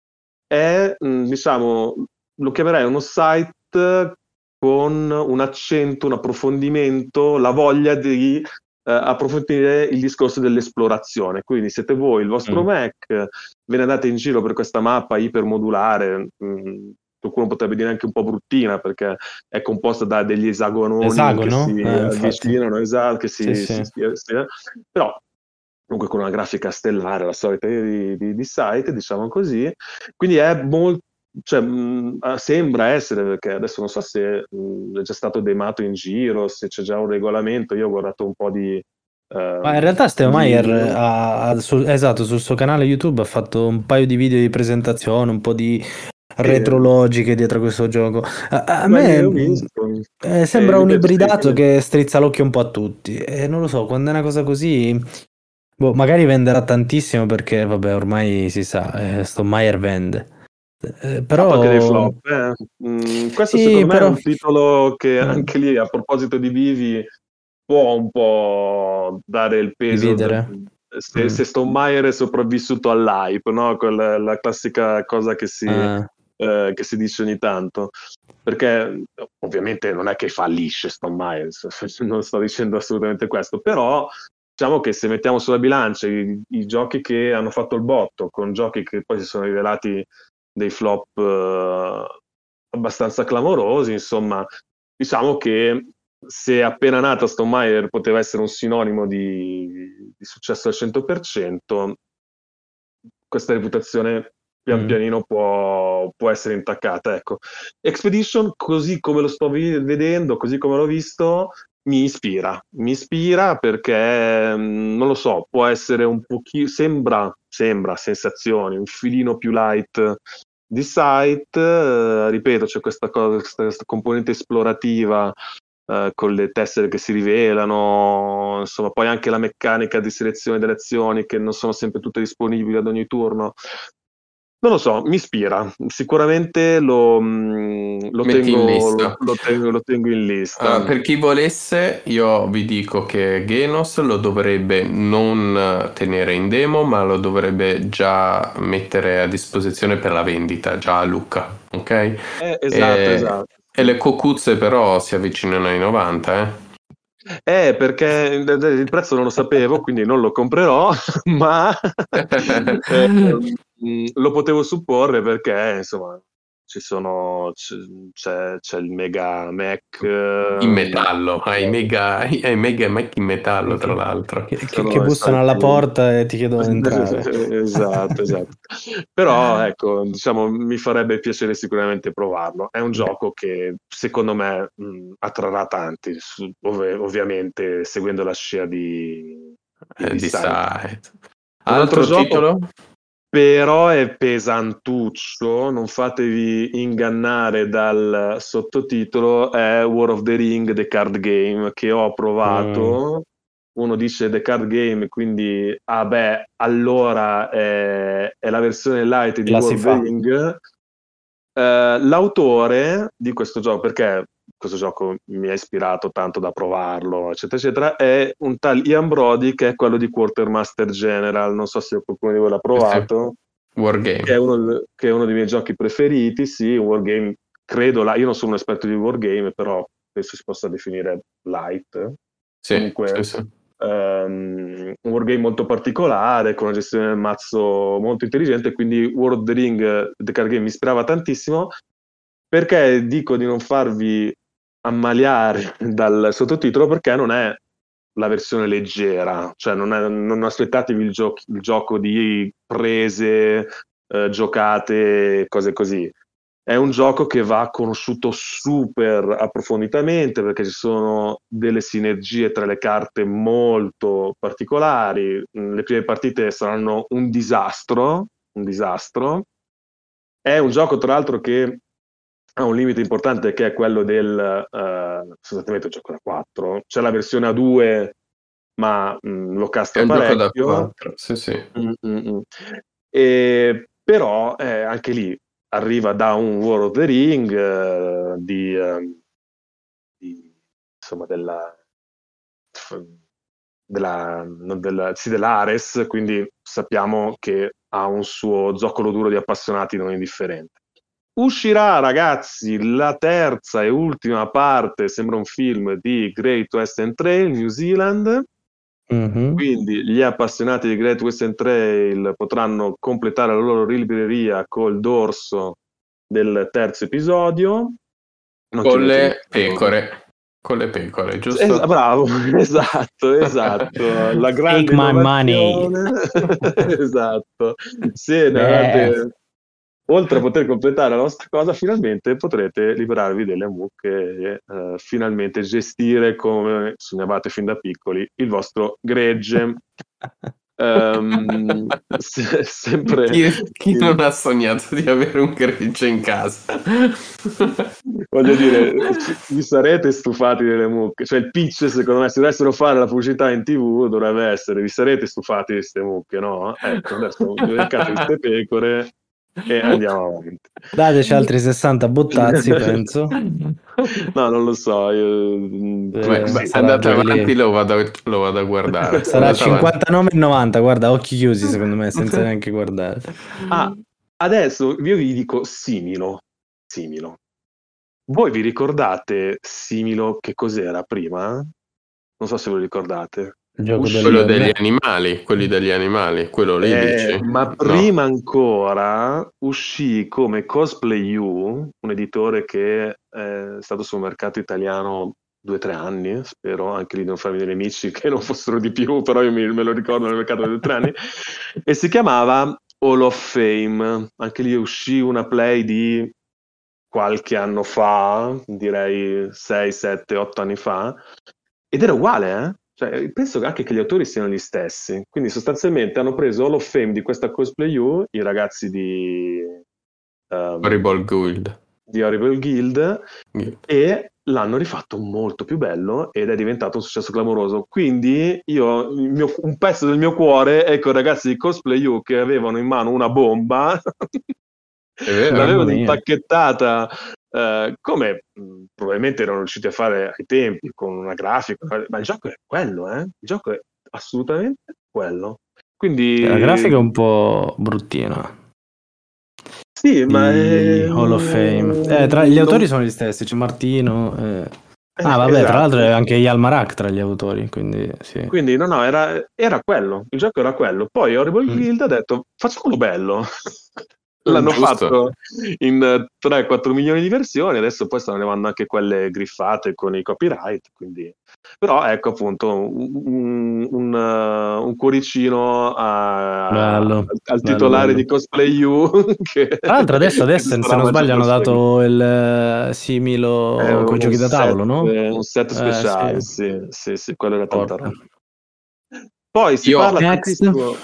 è, mh, diciamo, lo chiamerei uno site con un accento, un approfondimento, la voglia di eh, approfondire il discorso dell'esplorazione. Quindi siete voi, il vostro Mm. Mac, ve ne andate in giro per questa mappa ipermodulare, mh, qualcuno potrebbe dire anche un po' bruttina perché è composta da degli esagononi che si Esagono? Eh, infatti. avvicinano, esatto, che Sì, si, sì. si, si, si però comunque con una grafica stellare, la solita di, di, di site, diciamo così. Quindi è molto, cioè, mh, sembra essere, perché adesso non so se mh, è già stato demato in giro, se c'è già un regolamento, io ho guardato un po' di... Ma in ehm, realtà Steve Meyer video. ha, ha- sul, esatto, sul suo canale YouTube ha fatto un paio di video di presentazione, un po' di E, retrologiche dietro questo gioco. A, a ma io me ho mh, visto, eh, e sembra mi un piace, sì, ibridato quindi- che strizza l'occhio un po' a tutti. E non lo so, quando è una cosa così, boh, magari venderà tantissimo perché, vabbè, ormai si sa, eh, sto Meyer vende. Eh, ha fatto anche dei però, flop. eh. Mm, questo sì, secondo me è però, un titolo che mm, anche lì, a proposito di Vivi, può un po' dare il peso. de- dividere. se, Mm. se Stonemaier è sopravvissuto all'hype, no? Quella, la classica cosa che si, Eh, eh, che si dice ogni tanto. Perché ovviamente non è che fallisce Stonemaier, non sto dicendo assolutamente questo, però diciamo che se mettiamo sulla bilancia i, i giochi che hanno fatto il botto con giochi che poi si sono rivelati dei flop eh, abbastanza clamorosi, insomma, diciamo che se appena nata Stonemaier poteva essere un sinonimo di, di successo al cento per cento, questa reputazione pian Mm. pianino può, può essere intaccata, ecco. Expedition, così come lo sto vi- vedendo, così come l'ho visto, mi ispira, mi ispira perché, mh, non lo so, può essere un pochino, sembra, sembra, sensazioni, un filino più light di Sight, eh, ripeto, c'è questa cosa, questa, questa componente esplorativa, eh, con le tessere che si rivelano, insomma, poi anche la meccanica di selezione delle azioni che non sono sempre tutte disponibili ad ogni turno. Non lo so, mi ispira, sicuramente lo, mh, lo, Metti in tengo, lo, lista. lo tengo, lo tengo in lista. Ah, per chi volesse, io vi dico che Genos lo dovrebbe non tenere in demo, ma lo dovrebbe già mettere a disposizione per la vendita, già a Lucca, ok? Eh, esatto, e, esatto. e le cocuzze però si avvicinano ai novanta, eh? Eh, perché il prezzo non lo sapevo, quindi non lo comprerò, ma eh, mh, lo potevo supporre perché, insomma, ci sono, c- c'è, c'è il Mega Mac. In eh, metallo, hai mega, hai mega Mac in metallo, tra l'altro. Che, che- che sono bussano alla stati- porta e ti chiedono entrata. Esatto, esatto. Però, ecco, diciamo, mi farebbe piacere sicuramente provarlo. È un gioco che, secondo me, mh, attrarrà tanti, su- ov- ovviamente, seguendo la scia di, di, Eh, di di Sight. Sight. Un altro Altro gioco, titolo? però è pesantuccio, non fatevi ingannare dal sottotitolo, è War of the Ring, The Card Game, che ho provato. Uno dice The Card Game, quindi, ah beh, allora è, è la versione light di La War si of the fa. Ring. Eh, l'autore di questo gioco, perché questo gioco mi ha ispirato tanto da provarlo, eccetera, eccetera, è un tal Ian Brody, che è quello di Quartermaster General. Non so se qualcuno di voi l'ha provato, Wargame. che è uno, che è uno dei miei giochi preferiti. Sì, un wargame, credo, la, io non sono un esperto di wargame, però penso si possa definire light. Sì, Comunque, sì, sì. um, un wargame molto particolare, con una gestione del mazzo molto intelligente, quindi World of the Ring, The Card Game, mi ispirava tantissimo. Perché dico di non farvi ammaliare dal sottotitolo? Perché non è la versione leggera, cioè non, è, non aspettatevi il, gio- il gioco di prese, eh, giocate, cose così. È un gioco che va conosciuto super approfonditamente, perché ci sono delle sinergie tra le carte molto particolari. Le prime partite saranno un disastro, un disastro. È un gioco, tra l'altro, che ha un limite importante, che è quello del uh, sostanzialmente un gioco da quattro. C'è la versione a due, ma mh, lo È castra un gioco da parecchio. quattro, sì, sì. Mm-mm. E, però eh, anche lì arriva da un War of the Ring, eh, di, eh, di, insomma, della, della, non della, sì, dell'Ares, quindi sappiamo che ha un suo zoccolo duro di appassionati non indifferente. Uscirà, ragazzi, la terza e ultima parte, sembra un film, di Great Western Trail New Zealand. Mhm. Quindi gli appassionati di Great Western Trail potranno completare la loro libreria col dorso del terzo episodio. Non Con chiedetemi. le pecore. Con le pecore, Es- giusto? bravo, esatto, esatto. La Take grande my money. innovazione. Esatto. Se ne Eh. avete, oltre a poter completare la vostra cosa, finalmente potrete liberarvi delle mucche e eh, finalmente gestire, come sognavate fin da piccoli, il vostro gregge. Um, se- sempre Chi, chi in- non ha sognato di avere un gregge in casa? voglio dire, ci- vi sarete stufati delle mucche. Cioè, il pitch, secondo me, se dovessero fare la pubblicità in tivù, dovrebbe essere: vi sarete stufati di queste mucche, no? Ecco, adesso beccatevi queste pecore e andiamo avanti. Dateci altri sessanta bottazzi, penso. No, non lo so. Io, mm, Beh, Eh, beh, sarà andate giù di avanti, lì. lo vado, lo vado a guardare. Sarà Andate avanti. cinquantanove e novanta, guarda, occhi chiusi secondo me, senza neanche guardare. Ah, adesso io vi dico Similo. Similo. Voi vi ricordate Similo che cos'era prima? Non so se ve lo ricordate. Il gioco Uscì- Quello del... degli me- animali, quelli degli animali, quello lì Eh, dici? ma No. prima ancora uscì come Cosplay U, un editore che è stato sul mercato italiano due o tre anni, spero anche lì di non farmi dei nemici che non fossero di più, però io mi- me lo ricordo nel mercato da due o tre anni, e si chiamava Hall of Fame. Anche lì uscì una play di qualche anno fa, direi sei, sette, otto anni fa, ed era uguale, eh? Cioè, penso anche che gli autori siano gli stessi. Quindi sostanzialmente hanno preso Hall of Fame di questa Cosplay U, i ragazzi di um, Horrible Guild. di Horrible Guild, Yeah. e l'hanno rifatto molto più bello ed è diventato un successo clamoroso. Quindi io, il mio- un pezzo del mio cuore è con i ragazzi di Cosplay U che avevano in mano una bomba, È vero. l'avevano Mamma mia. impacchettata, eh, come mh, probabilmente erano riusciti a fare ai tempi, con una grafica, ma il gioco è quello, eh? Il gioco è assolutamente quello. Quindi La grafica è un po' bruttina. sì, ma Di è... Hall of Fame. Eh, tra gli autori non- sono gli stessi, c'è Martino. eh. eh, Ah, vabbè, tra esatto. l'altro è anche Yalmarak tra gli autori, quindi sì. Quindi no, no, era, era quello, il gioco era quello. Poi Horrible Mm. Guild ha detto facciamolo bello. L'hanno Giusto. fatto in tre quattro milioni di versioni, adesso poi stanno arrivando anche quelle griffate con i copyright, quindi... Però ecco appunto un, un, uh, un cuoricino a- Bello, al, al bello, titolare bello. di Cosplay U che, Tra l'altro adesso, che adesso si se sarà non sbaglio, hanno mangiato il dato il eh, È similo con i un giochi da tavolo, set, no? un set Eh, speciale, sì. sì, sì, sì, quello era tanta Forte. roba. Poi si Io- parla Next. tantissimo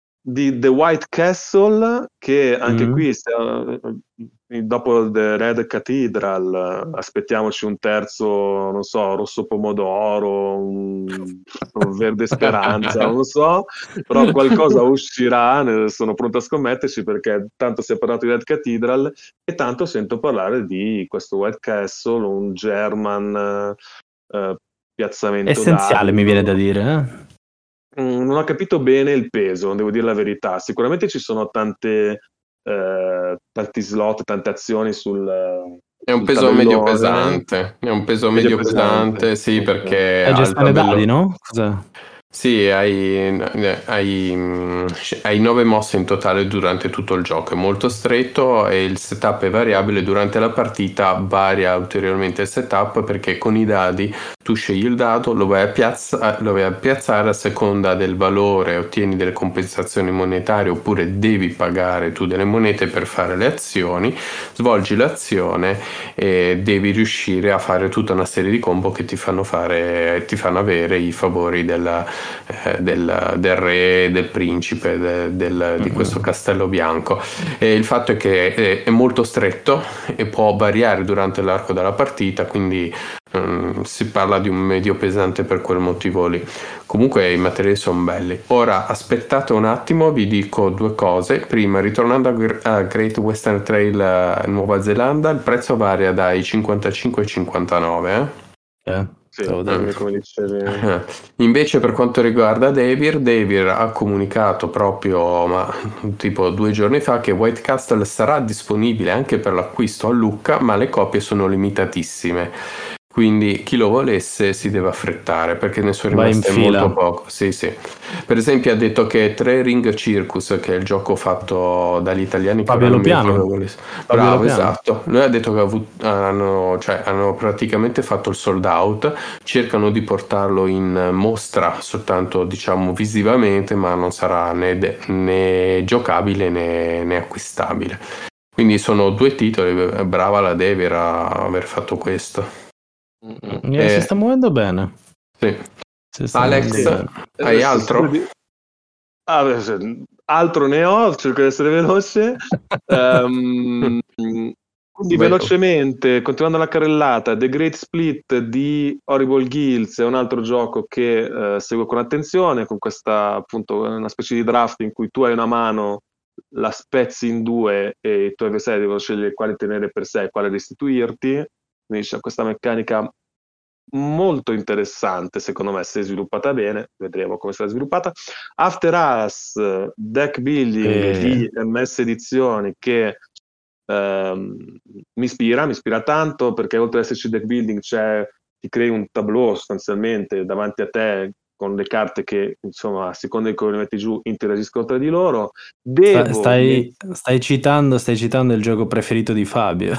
di The White Castle, che anche Mm. qui sta- dopo The Red Cathedral aspettiamoci un terzo, non so, rosso pomodoro, un, un verde speranza, non so, però qualcosa uscirà, ne- sono pronto a scommetterci perché tanto si è parlato di Red Cathedral e tanto sento parlare di questo White Castle, un German eh, piazzamento Essenziale, mi viene da d'armi. dire. eh. Mm, Non ho capito bene il peso, devo dire la verità. Sicuramente ci sono tante, eh, tanti slot, tante azioni sul, È un sul peso medio tabellone. pesante, è un peso Medio medio pesante. pesante, sì, Ok. perché È ha il gestione dadi, tabello. no? Cos'è? Sì, hai, hai, mm, hai nove mosse in totale durante tutto il gioco, è molto stretto e il setup è variabile. Durante la partita varia ulteriormente il setup perché con i dadi tu scegli il dado, lo vai a, piazza- lo vai a piazzare a seconda del valore, ottieni delle compensazioni monetarie oppure devi pagare tu delle monete per fare le azioni, svolgi l'azione e devi riuscire a fare tutta una serie di combo che ti fanno fare, ti fanno avere i favori della, eh, del, del re, del principe, de- del- di questo castello bianco. E il fatto è che è, è molto stretto e può variare durante l'arco della partita, quindi mm, si parla di un medio pesante per quel motivo lì. Comunque i materiali sono belli. Ora aspettate un attimo, vi dico due cose. Prima, ritornando a, Gr- a Great Western Trail eh, Nuova Zelanda, il prezzo varia dai cinquantacinque ai cinquantanove. Eh? Eh, Sì, stavo come, dentro. come dicevi. Eh, Invece per quanto riguarda Devir, Devir ha comunicato proprio ma, tipo due giorni fa che White Castle sarà disponibile anche per l'acquisto a Lucca, ma le copie sono limitatissime. Quindi chi lo volesse si deve affrettare perché ne sono Vai in rimaste fila. molto poco. Sì, sì. Per esempio ha detto che Tre Ring Circus, che è il gioco fatto dagli italiani che Fabio ora non mi Lopiano. ricordo quali- Fabio Bravo, Lopiano. esatto. Lui ha detto che ha avuto- hanno, cioè, hanno praticamente fatto il sold out, cercano di portarlo in mostra soltanto diciamo visivamente, ma non sarà né, de- né giocabile né, né acquistabile. Quindi sono due titoli, brava la Devir a aver fatto questo. Mm-mm. Eh, Eh, si sta muovendo bene. Sì. Si sta Alex, muovendo bene. hai Eh, altro? di- Ah, beh, se- altro ne ho, cerco di essere veloce. Ehm, quindi Vai. velocemente, continuando la carrellata, The Great Split di Horrible Guilds è un altro gioco che eh, seguo con attenzione, con questa appunto una specie di draft in cui tu hai una mano, la spezzi in due e i tuoi avversari devono scegliere quale tenere per sé e quale restituirti. Quindi c'è questa meccanica molto interessante, secondo me, se sviluppata bene, vedremo come sarà sviluppata. After Us, deck building E- di M S Edizioni che ehm, mi ispira, mi ispira tanto perché oltre ad esserci deck building c'è, ti crei un tableau sostanzialmente davanti a te con le carte che insomma a seconda di come le metti giù interagiscono tra di loro. sta- Devo stai, stai citando, stai citando il gioco preferito di Fabio.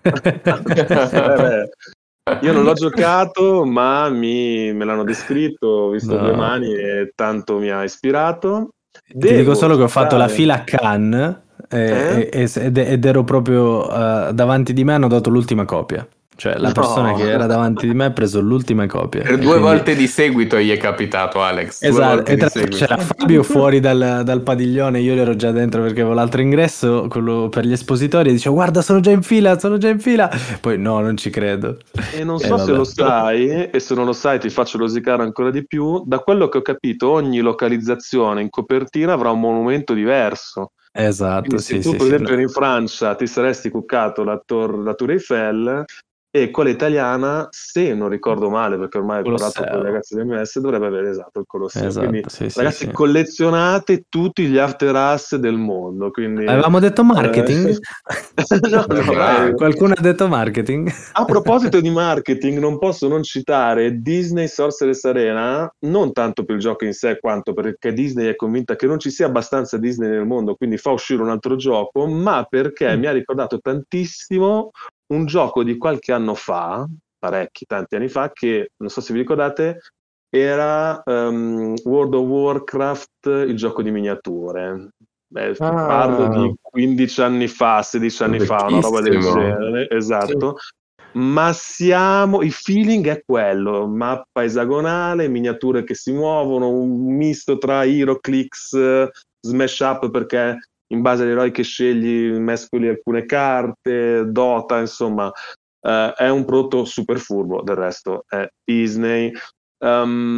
Eh beh, io non l'ho giocato, ma mi, me l'hanno descritto, ho visto No. due mani e tanto mi ha ispirato. Ti dico solo che ho fatto la citare- fila a Cannes eh, Eh? e- ed, ed ero proprio eh, davanti di me, hanno dato l'ultima copia. Cioè la No. persona che era davanti di me ha preso l'ultima copia. Per e due quindi- volte di seguito gli è capitato, Alex. Due Esatto, volte e di tra l'altro seguito. c'era Fabio fuori dal, dal padiglione, io ero già dentro perché avevo l'altro ingresso, quello per gli espositori, e dicevo guarda sono già in fila, sono già in fila. Poi no, non ci credo. E non Eh, so se vabbè. lo sai, e se non lo sai ti faccio rosicare ancora di più, da quello che ho capito ogni localizzazione in copertina avrà un monumento diverso. Esatto, Quindi se sì, tu sì, per sì. esempio eri in Francia ti saresti cuccato la, tor- la Tour Eiffel e quella italiana, se non ricordo male, perché ormai ho parlato con i Colosseo. ragazzi del M S, dovrebbe avere esatto il Colosseo. Esatto, Quindi sì, sì, ragazzi sì. collezionate tutti gli after us del mondo. Quindi, Avevamo detto marketing? eh, no, no, Bravo. eh, Qualcuno ha detto marketing? a proposito di marketing, non posso non citare Disney Sorceress Arena, non tanto per il gioco in sé, quanto perché Disney è convinta che non ci sia abbastanza Disney nel mondo, quindi fa uscire un altro gioco, ma perché Mm. mi ha ricordato tantissimo un gioco di qualche anno fa, parecchi, tanti anni fa, che non so se vi ricordate, era um, World of Warcraft, il gioco di miniature. Beh, Ah. parlo di quindici anni fa, sedici anni fa, una roba del Vecchissimo. genere, esatto. Ma siamo, il feeling è quello, mappa esagonale, miniature che si muovono, un misto tra HeroClix, eh, Smash Up perché in base agli eroi che scegli mescoli alcune carte, Dota, insomma, eh, è un prodotto super furbo, del resto è Disney. Um,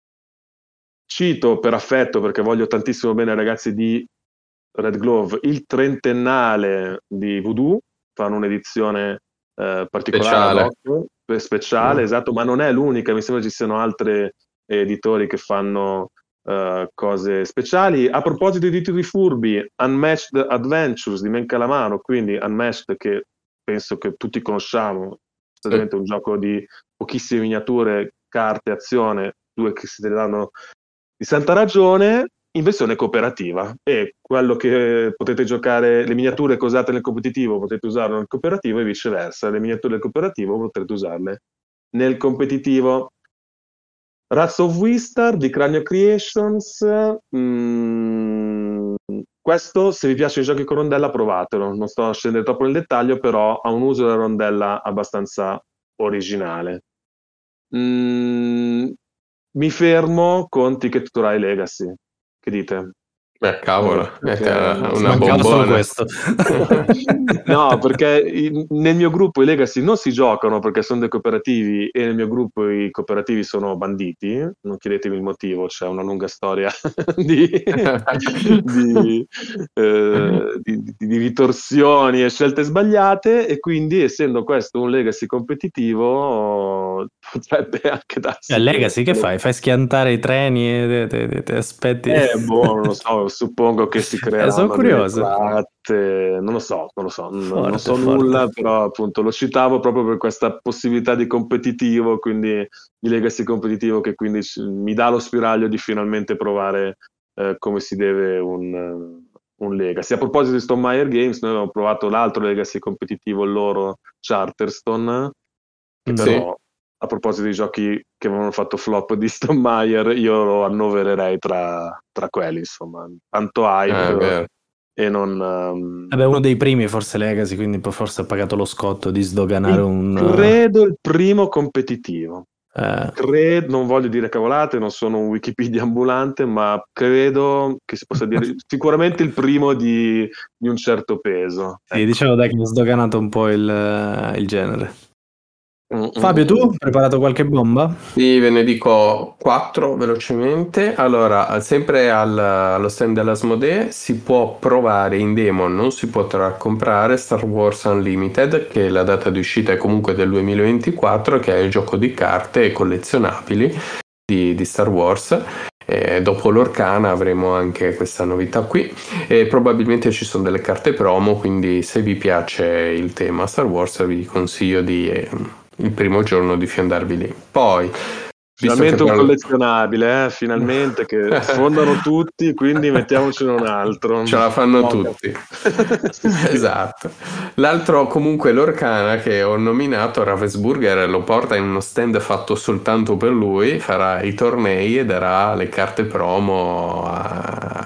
cito per affetto, perché voglio tantissimo bene ai ragazzi di Red Glove, il trentennale di Voodoo, fanno un'edizione eh, particolare ad hoc, eh, speciale, Mm. esatto, ma non è l'unica, mi sembra ci siano altri editori che fanno eh, cose speciali. A proposito di titoli furbi, Unmatched Adventures di Men Calamaro, quindi Unmatched che penso che tutti conosciamo, sostanzialmente un gioco di pochissime miniature, carte, azione, due che si danno di santa ragione, in versione cooperativa, e quello che potete giocare, le miniature che usate nel competitivo potete usarle nel cooperativo e viceversa, le miniature del cooperativo potrete usarle nel competitivo. Wrath of Wistar di Cranio Creations, mm, questo se vi piacciono i giochi con rondella provatelo, non sto a scendere troppo nel dettaglio, però ha un uso della rondella abbastanza originale. Mm, mi fermo con Ticket to Ride Legacy. Che dite? Beh, cavolo, Perché- è una Mancava solo bombona. questo. No, perché in- nel mio gruppo i Legacy non si giocano perché sono dei cooperativi e nel mio gruppo i cooperativi sono banditi. Non chiedetemi il motivo, c'è una lunga storia di, di, eh, di- di- di ritorsioni e scelte sbagliate, e quindi essendo questo un Legacy competitivo potrebbe anche darsi Eh, Legacy che fai? Fai schiantare i treni e te, te- te aspetti? Eh, boh, non lo so, suppongo che si Eh, sono creeranno delle curioso. tratte, non lo so, non lo so, non, non Forte, so forte. nulla, però appunto lo citavo proprio per questa possibilità di competitivo, quindi di legacy competitivo, che quindi ci- mi dà lo spiraglio di finalmente provare eh, come si deve un, un legacy. A proposito di Stone Meyer Games, noi abbiamo provato l'altro legacy competitivo, il loro Charterstone, che Mm. però a proposito di giochi che avevano fatto flop di Stone Meyer, io lo annovererei tra, tra quelli, insomma, tanto Eh, è hype vero. e non... um, Vabbè, uno dei primi forse Legacy, quindi poi forse ha pagato lo scotto di sdoganare il- un... credo il primo competitivo. eh, Credo, non voglio dire cavolate, non sono un Wikipedia ambulante, ma credo che si possa dire sicuramente il primo di, di un certo peso. sì, Ecco. diciamo dai che ha sdoganato un po' il, il genere. Mm, mm, Fabio, tu mm. hai preparato qualche bomba? Sì, ve ne dico quattro velocemente. Allora, sempre al- allo stand dell'Asmodee si può provare in demo, non si potrà comprare Star Wars Unlimited, che la data di uscita è comunque del duemilaventiquattro, che è il gioco di carte collezionabili di, di Star Wars. E dopo l'Orcana avremo anche questa novità qui, e probabilmente ci sono delle carte promo, quindi se vi piace il tema Star Wars vi consiglio di eh, il primo giorno di fiondarvi lì. Poi visto Finalmente che un parlo- collezionabile, eh? Finalmente che sfondano tutti, quindi mettiamocene un altro. ce la fanno No, tutti. sì, sì. Esatto. L'altro comunque l'Orcana che ho nominato, Ravensburger, lo porta in uno stand fatto soltanto per lui, farà i tornei e darà le carte promo a,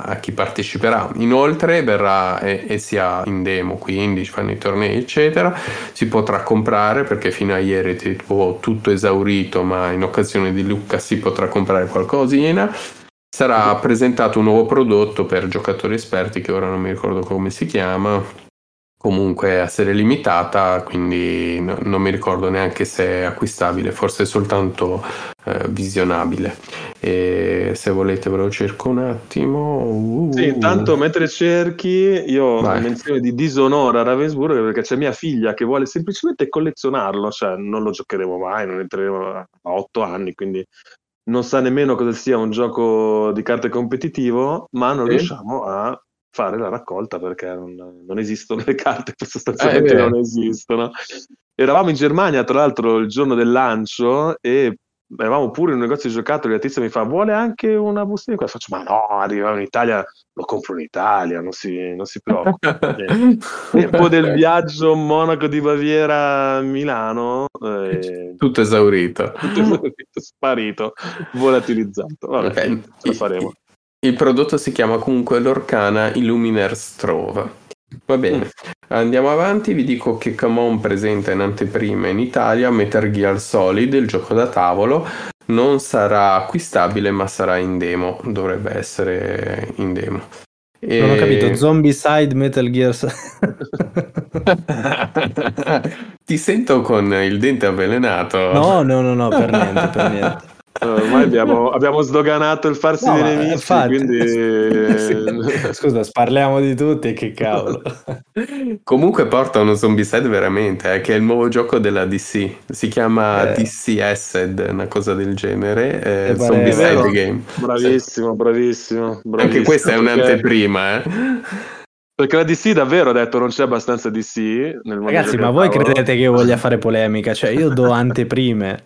a chi parteciperà. Inoltre verrà e, e sia in demo, quindi ci fanno i tornei eccetera, si potrà comprare, perché fino a ieri tipo tutto esaurito, ma in occasione di Lucca si potrà comprare qualcosina. Sarà presentato un nuovo prodotto per giocatori esperti che ora non mi ricordo come si chiama, comunque a serie limitata, quindi no, non mi ricordo neanche se è acquistabile, forse è soltanto eh, visionabile. E se volete ve lo cerco un attimo. Uh. Sì, intanto mentre cerchi io Vai. menzione di disonore a Ravensburger, perché c'è mia figlia che vuole semplicemente collezionarlo, cioè non lo giocheremo mai, non entreremo a otto anni, quindi non sa nemmeno cosa sia un gioco di carte competitivo, ma non Sì. riusciamo a fare la raccolta perché non, non esistono le carte, sostanzialmente Eh, non esistono. Eravamo in Germania, tra l'altro, il giorno del lancio e eravamo pure in un negozio di giocattoli, la tizia mi fa vuole anche una bustina di qua? Faccio ma no, arriva in Italia, lo compro in Italia, non si, non si preoccupi. Tempo del viaggio Monaco di Baviera Milano, eh, tutto esaurito. tutto esaurito, sparito, volatilizzato. Vabbè, Okay. niente, ce la faremo. Il prodotto si chiama comunque Lorcana Illuminer Strove. Va bene, mm. Andiamo avanti. Vi dico che Camon presenta in anteprima in Italia Metal Gear Solid, il gioco da tavolo. Non sarà acquistabile, ma sarà in demo. Dovrebbe essere in demo. E... Non ho capito, Zombicide Metal Gear Ti sento con il dente avvelenato. No, no, no, no, per niente, per niente. Ormai abbiamo, abbiamo sdoganato il farsi no, dei nemici, infatti, quindi... sì. Scusa, parliamo di tutti, che cavolo. Comunque porta uno Zombicide veramente, eh, che è il nuovo gioco della D C. Si chiama eh. D C Acid, una cosa del genere. Eh, Zombicide Game. Bravissimo, bravissimo, bravissimo. Anche questa è un'anteprima, eh. Perché la D C davvero ha detto non c'è abbastanza D C nel mondo. Ragazzi, ma voi credete che io voglia fare polemica? Cioè io do anteprime.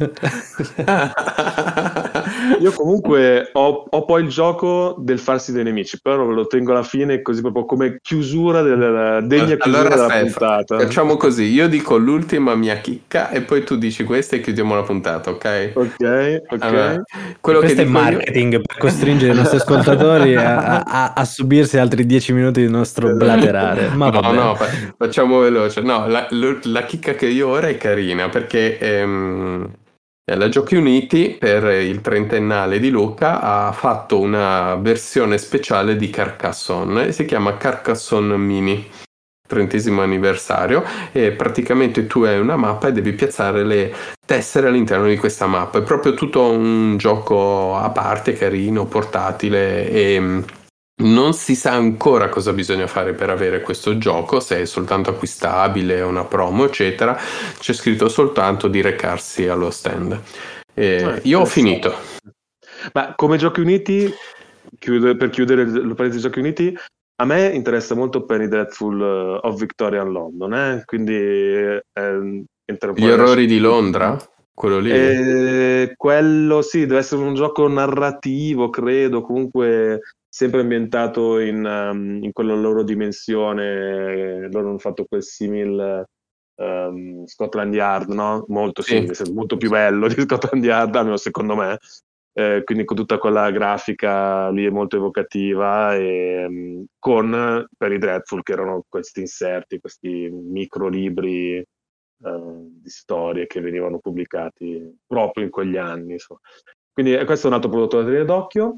Io comunque ho, ho poi il gioco del farsi dei nemici, però ve lo tengo alla fine così proprio come chiusura della degna chiusura allora, della Steph, puntata. Facciamo così, io dico l'ultima mia chicca e poi tu dici questa e chiudiamo la puntata, ok? Ok, ok. Allora, quello questo che è marketing io... per costringere i nostri ascoltatori a, a, a subirsi altri dieci minuti di nostro blaterare. Ma no, vabbè. no, facciamo veloce. No, la, la chicca che io ho ora è carina perché ehm, la Giochi Uniti per il trentennale di Lucca ha fatto una versione speciale di Carcassonne e si chiama Carcassonne Mini, trentesimo anniversario, e praticamente tu hai una mappa e devi piazzare le tessere all'interno di questa mappa. È proprio tutto un gioco a parte, carino, portatile, e non si sa ancora cosa bisogna fare per avere questo gioco, se è soltanto acquistabile, una promo eccetera. C'è scritto soltanto di recarsi allo stand. Eh, io ho finito. Ma come Giochi Uniti, chiude, per chiudere il paese Giochi Uniti, a me interessa molto Penny Dreadful of Victorian London, eh? Quindi eh, gli orrori di Londra, quello lì. Eh, quello sì, deve essere un gioco narrativo, credo, comunque sempre ambientato in, um, in quella loro dimensione. Loro hanno fatto quel simil um, Scotland Yard, no? Molto sì. simile, molto più bello di Scotland Yard, almeno secondo me. Eh, quindi con tutta quella grafica lì è molto evocativa, e um, con per i Dreadful, che erano questi inserti, questi micro libri uh, di storie che venivano pubblicati proprio in quegli anni, insomma. Quindi eh, questo è un altro prodotto da tenere d'occhio.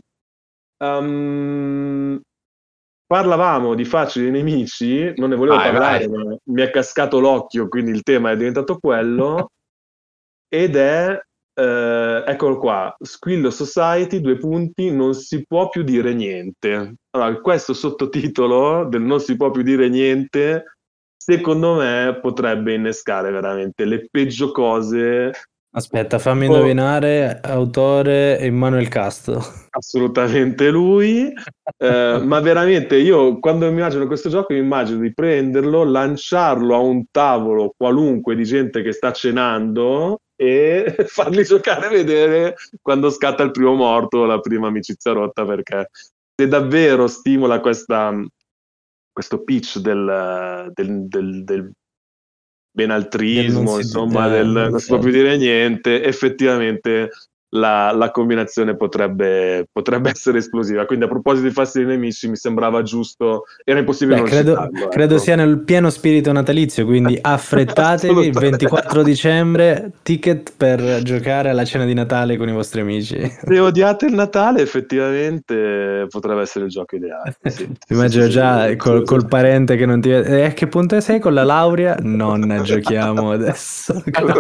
Um, parlavamo di facili nemici, non ne volevo vai, parlare, vai. Ma mi è cascato l'occhio, quindi il tema è diventato quello, ed è Uh, eccolo qua, Squillo Society, due punti, non si può più dire niente. Allora, questo sottotitolo del non si può più dire niente, secondo me potrebbe innescare veramente le peggio cose. Aspetta, fammi oh. indovinare, autore Emmanuel Castro. Assolutamente lui, uh, ma veramente io quando mi immagino questo gioco mi immagino di prenderlo, lanciarlo a un tavolo qualunque di gente che sta cenando e farli giocare e vedere quando scatta il primo morto o la prima amicizia rotta, perché se davvero stimola questa, questo pitch del, del, del, del benaltrismo, del insomma, del non si può più dire niente, effettivamente la, la combinazione potrebbe, potrebbe essere esplosiva. Quindi a proposito di fasti dei nemici mi sembrava giusto, era impossibile Beh, non credo, citarlo. credo Ecco. sia nel pieno spirito natalizio, quindi affrettatevi il ventiquattro dicembre, ticket per giocare alla cena di Natale con i vostri amici. Se odiate il Natale, effettivamente potrebbe essere il gioco ideale. Sì, Ti sì, immagino sì, sì, già sì, col, sì, col sì. parente che non ti vede. Eh, a che punto sei con la laurea? Non giochiamo adesso.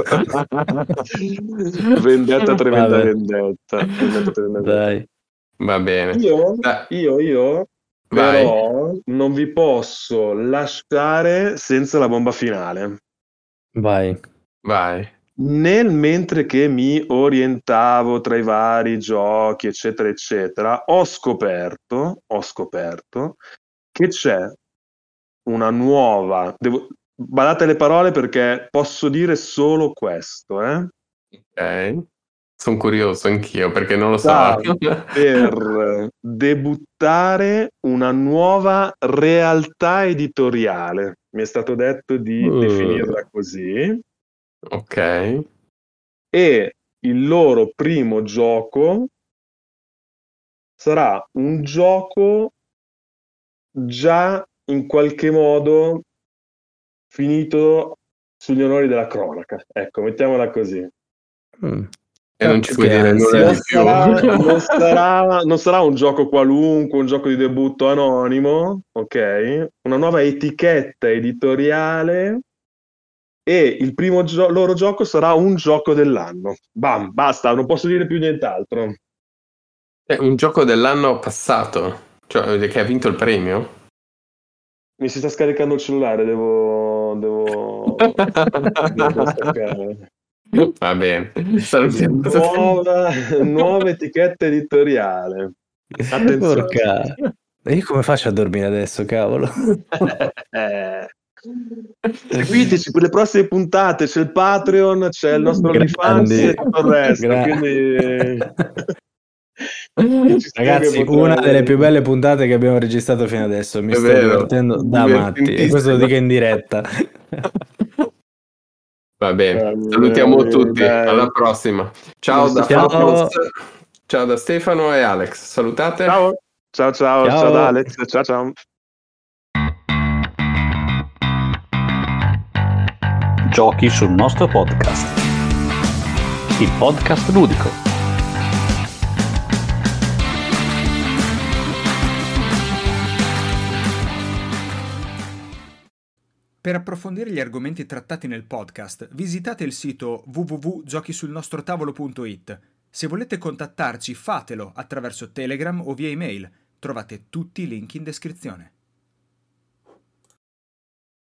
Vendetta, tremenda Vabbè. vendetta. Vendetta, tremenda vendetta. Dai. Va bene. Io, Dai, io, io, vai. però non vi posso lasciare senza la bomba finale. Vai. Vai. Nel mentre che mi orientavo tra i vari giochi, eccetera, eccetera, ho scoperto, ho scoperto che c'è una nuova. Devo, badate le parole perché posso dire solo questo, eh? Ok. Sono curioso anch'io perché non lo so. Sta per debuttare una nuova realtà editoriale. Mi è stato detto di Uh, definirla così. Ok. E il loro primo gioco sarà un gioco già in qualche modo finito sugli onori della cronaca. Ecco, mettiamola così. mm. E non ci puoi Che dire nulla ansia. di Non più. sarà, non sarà, non sarà un gioco qualunque, un gioco di debutto anonimo, ok? Una nuova etichetta editoriale e il primo gio- loro gioco sarà un gioco dell'anno. Bam, basta, non posso dire più nient'altro. È un gioco dell'anno passato, cioè che ha vinto il premio. Mi si sta scaricando il cellulare, devo, devo, devo staccare. Va bene. Salutiamo. Nuova, nuova etichetta editoriale. Attenzione. Porca. E io come faccio a dormire adesso, cavolo? Eh. Seguiteci per le prossime puntate, c'è il Patreon, c'è il nostro OnlyFans Grandi. e tutto il resto, Gra- quindi chi ci segue Ragazzi, potrà una delle avere- più belle puntate che abbiamo registrato fino adesso. Mi È sto vero, divertendo da matti. E questo lo dico in diretta. Va bene, Eh, salutiamo tutti, dai. alla prossima. Ciao Non si da fa Fabio, Ciao. ciao da Stefano e Alex. Salutate. Ciao, ciao, ciao, ciao da Ciao. Alex, ciao ciao. Giochi sul nostro podcast. Il podcast ludico. Per approfondire gli argomenti trattati nel podcast, visitate il sito w w w punto giochisulnostrotavolo punto it. Se volete contattarci, fatelo attraverso Telegram o via email. Trovate tutti i link in descrizione.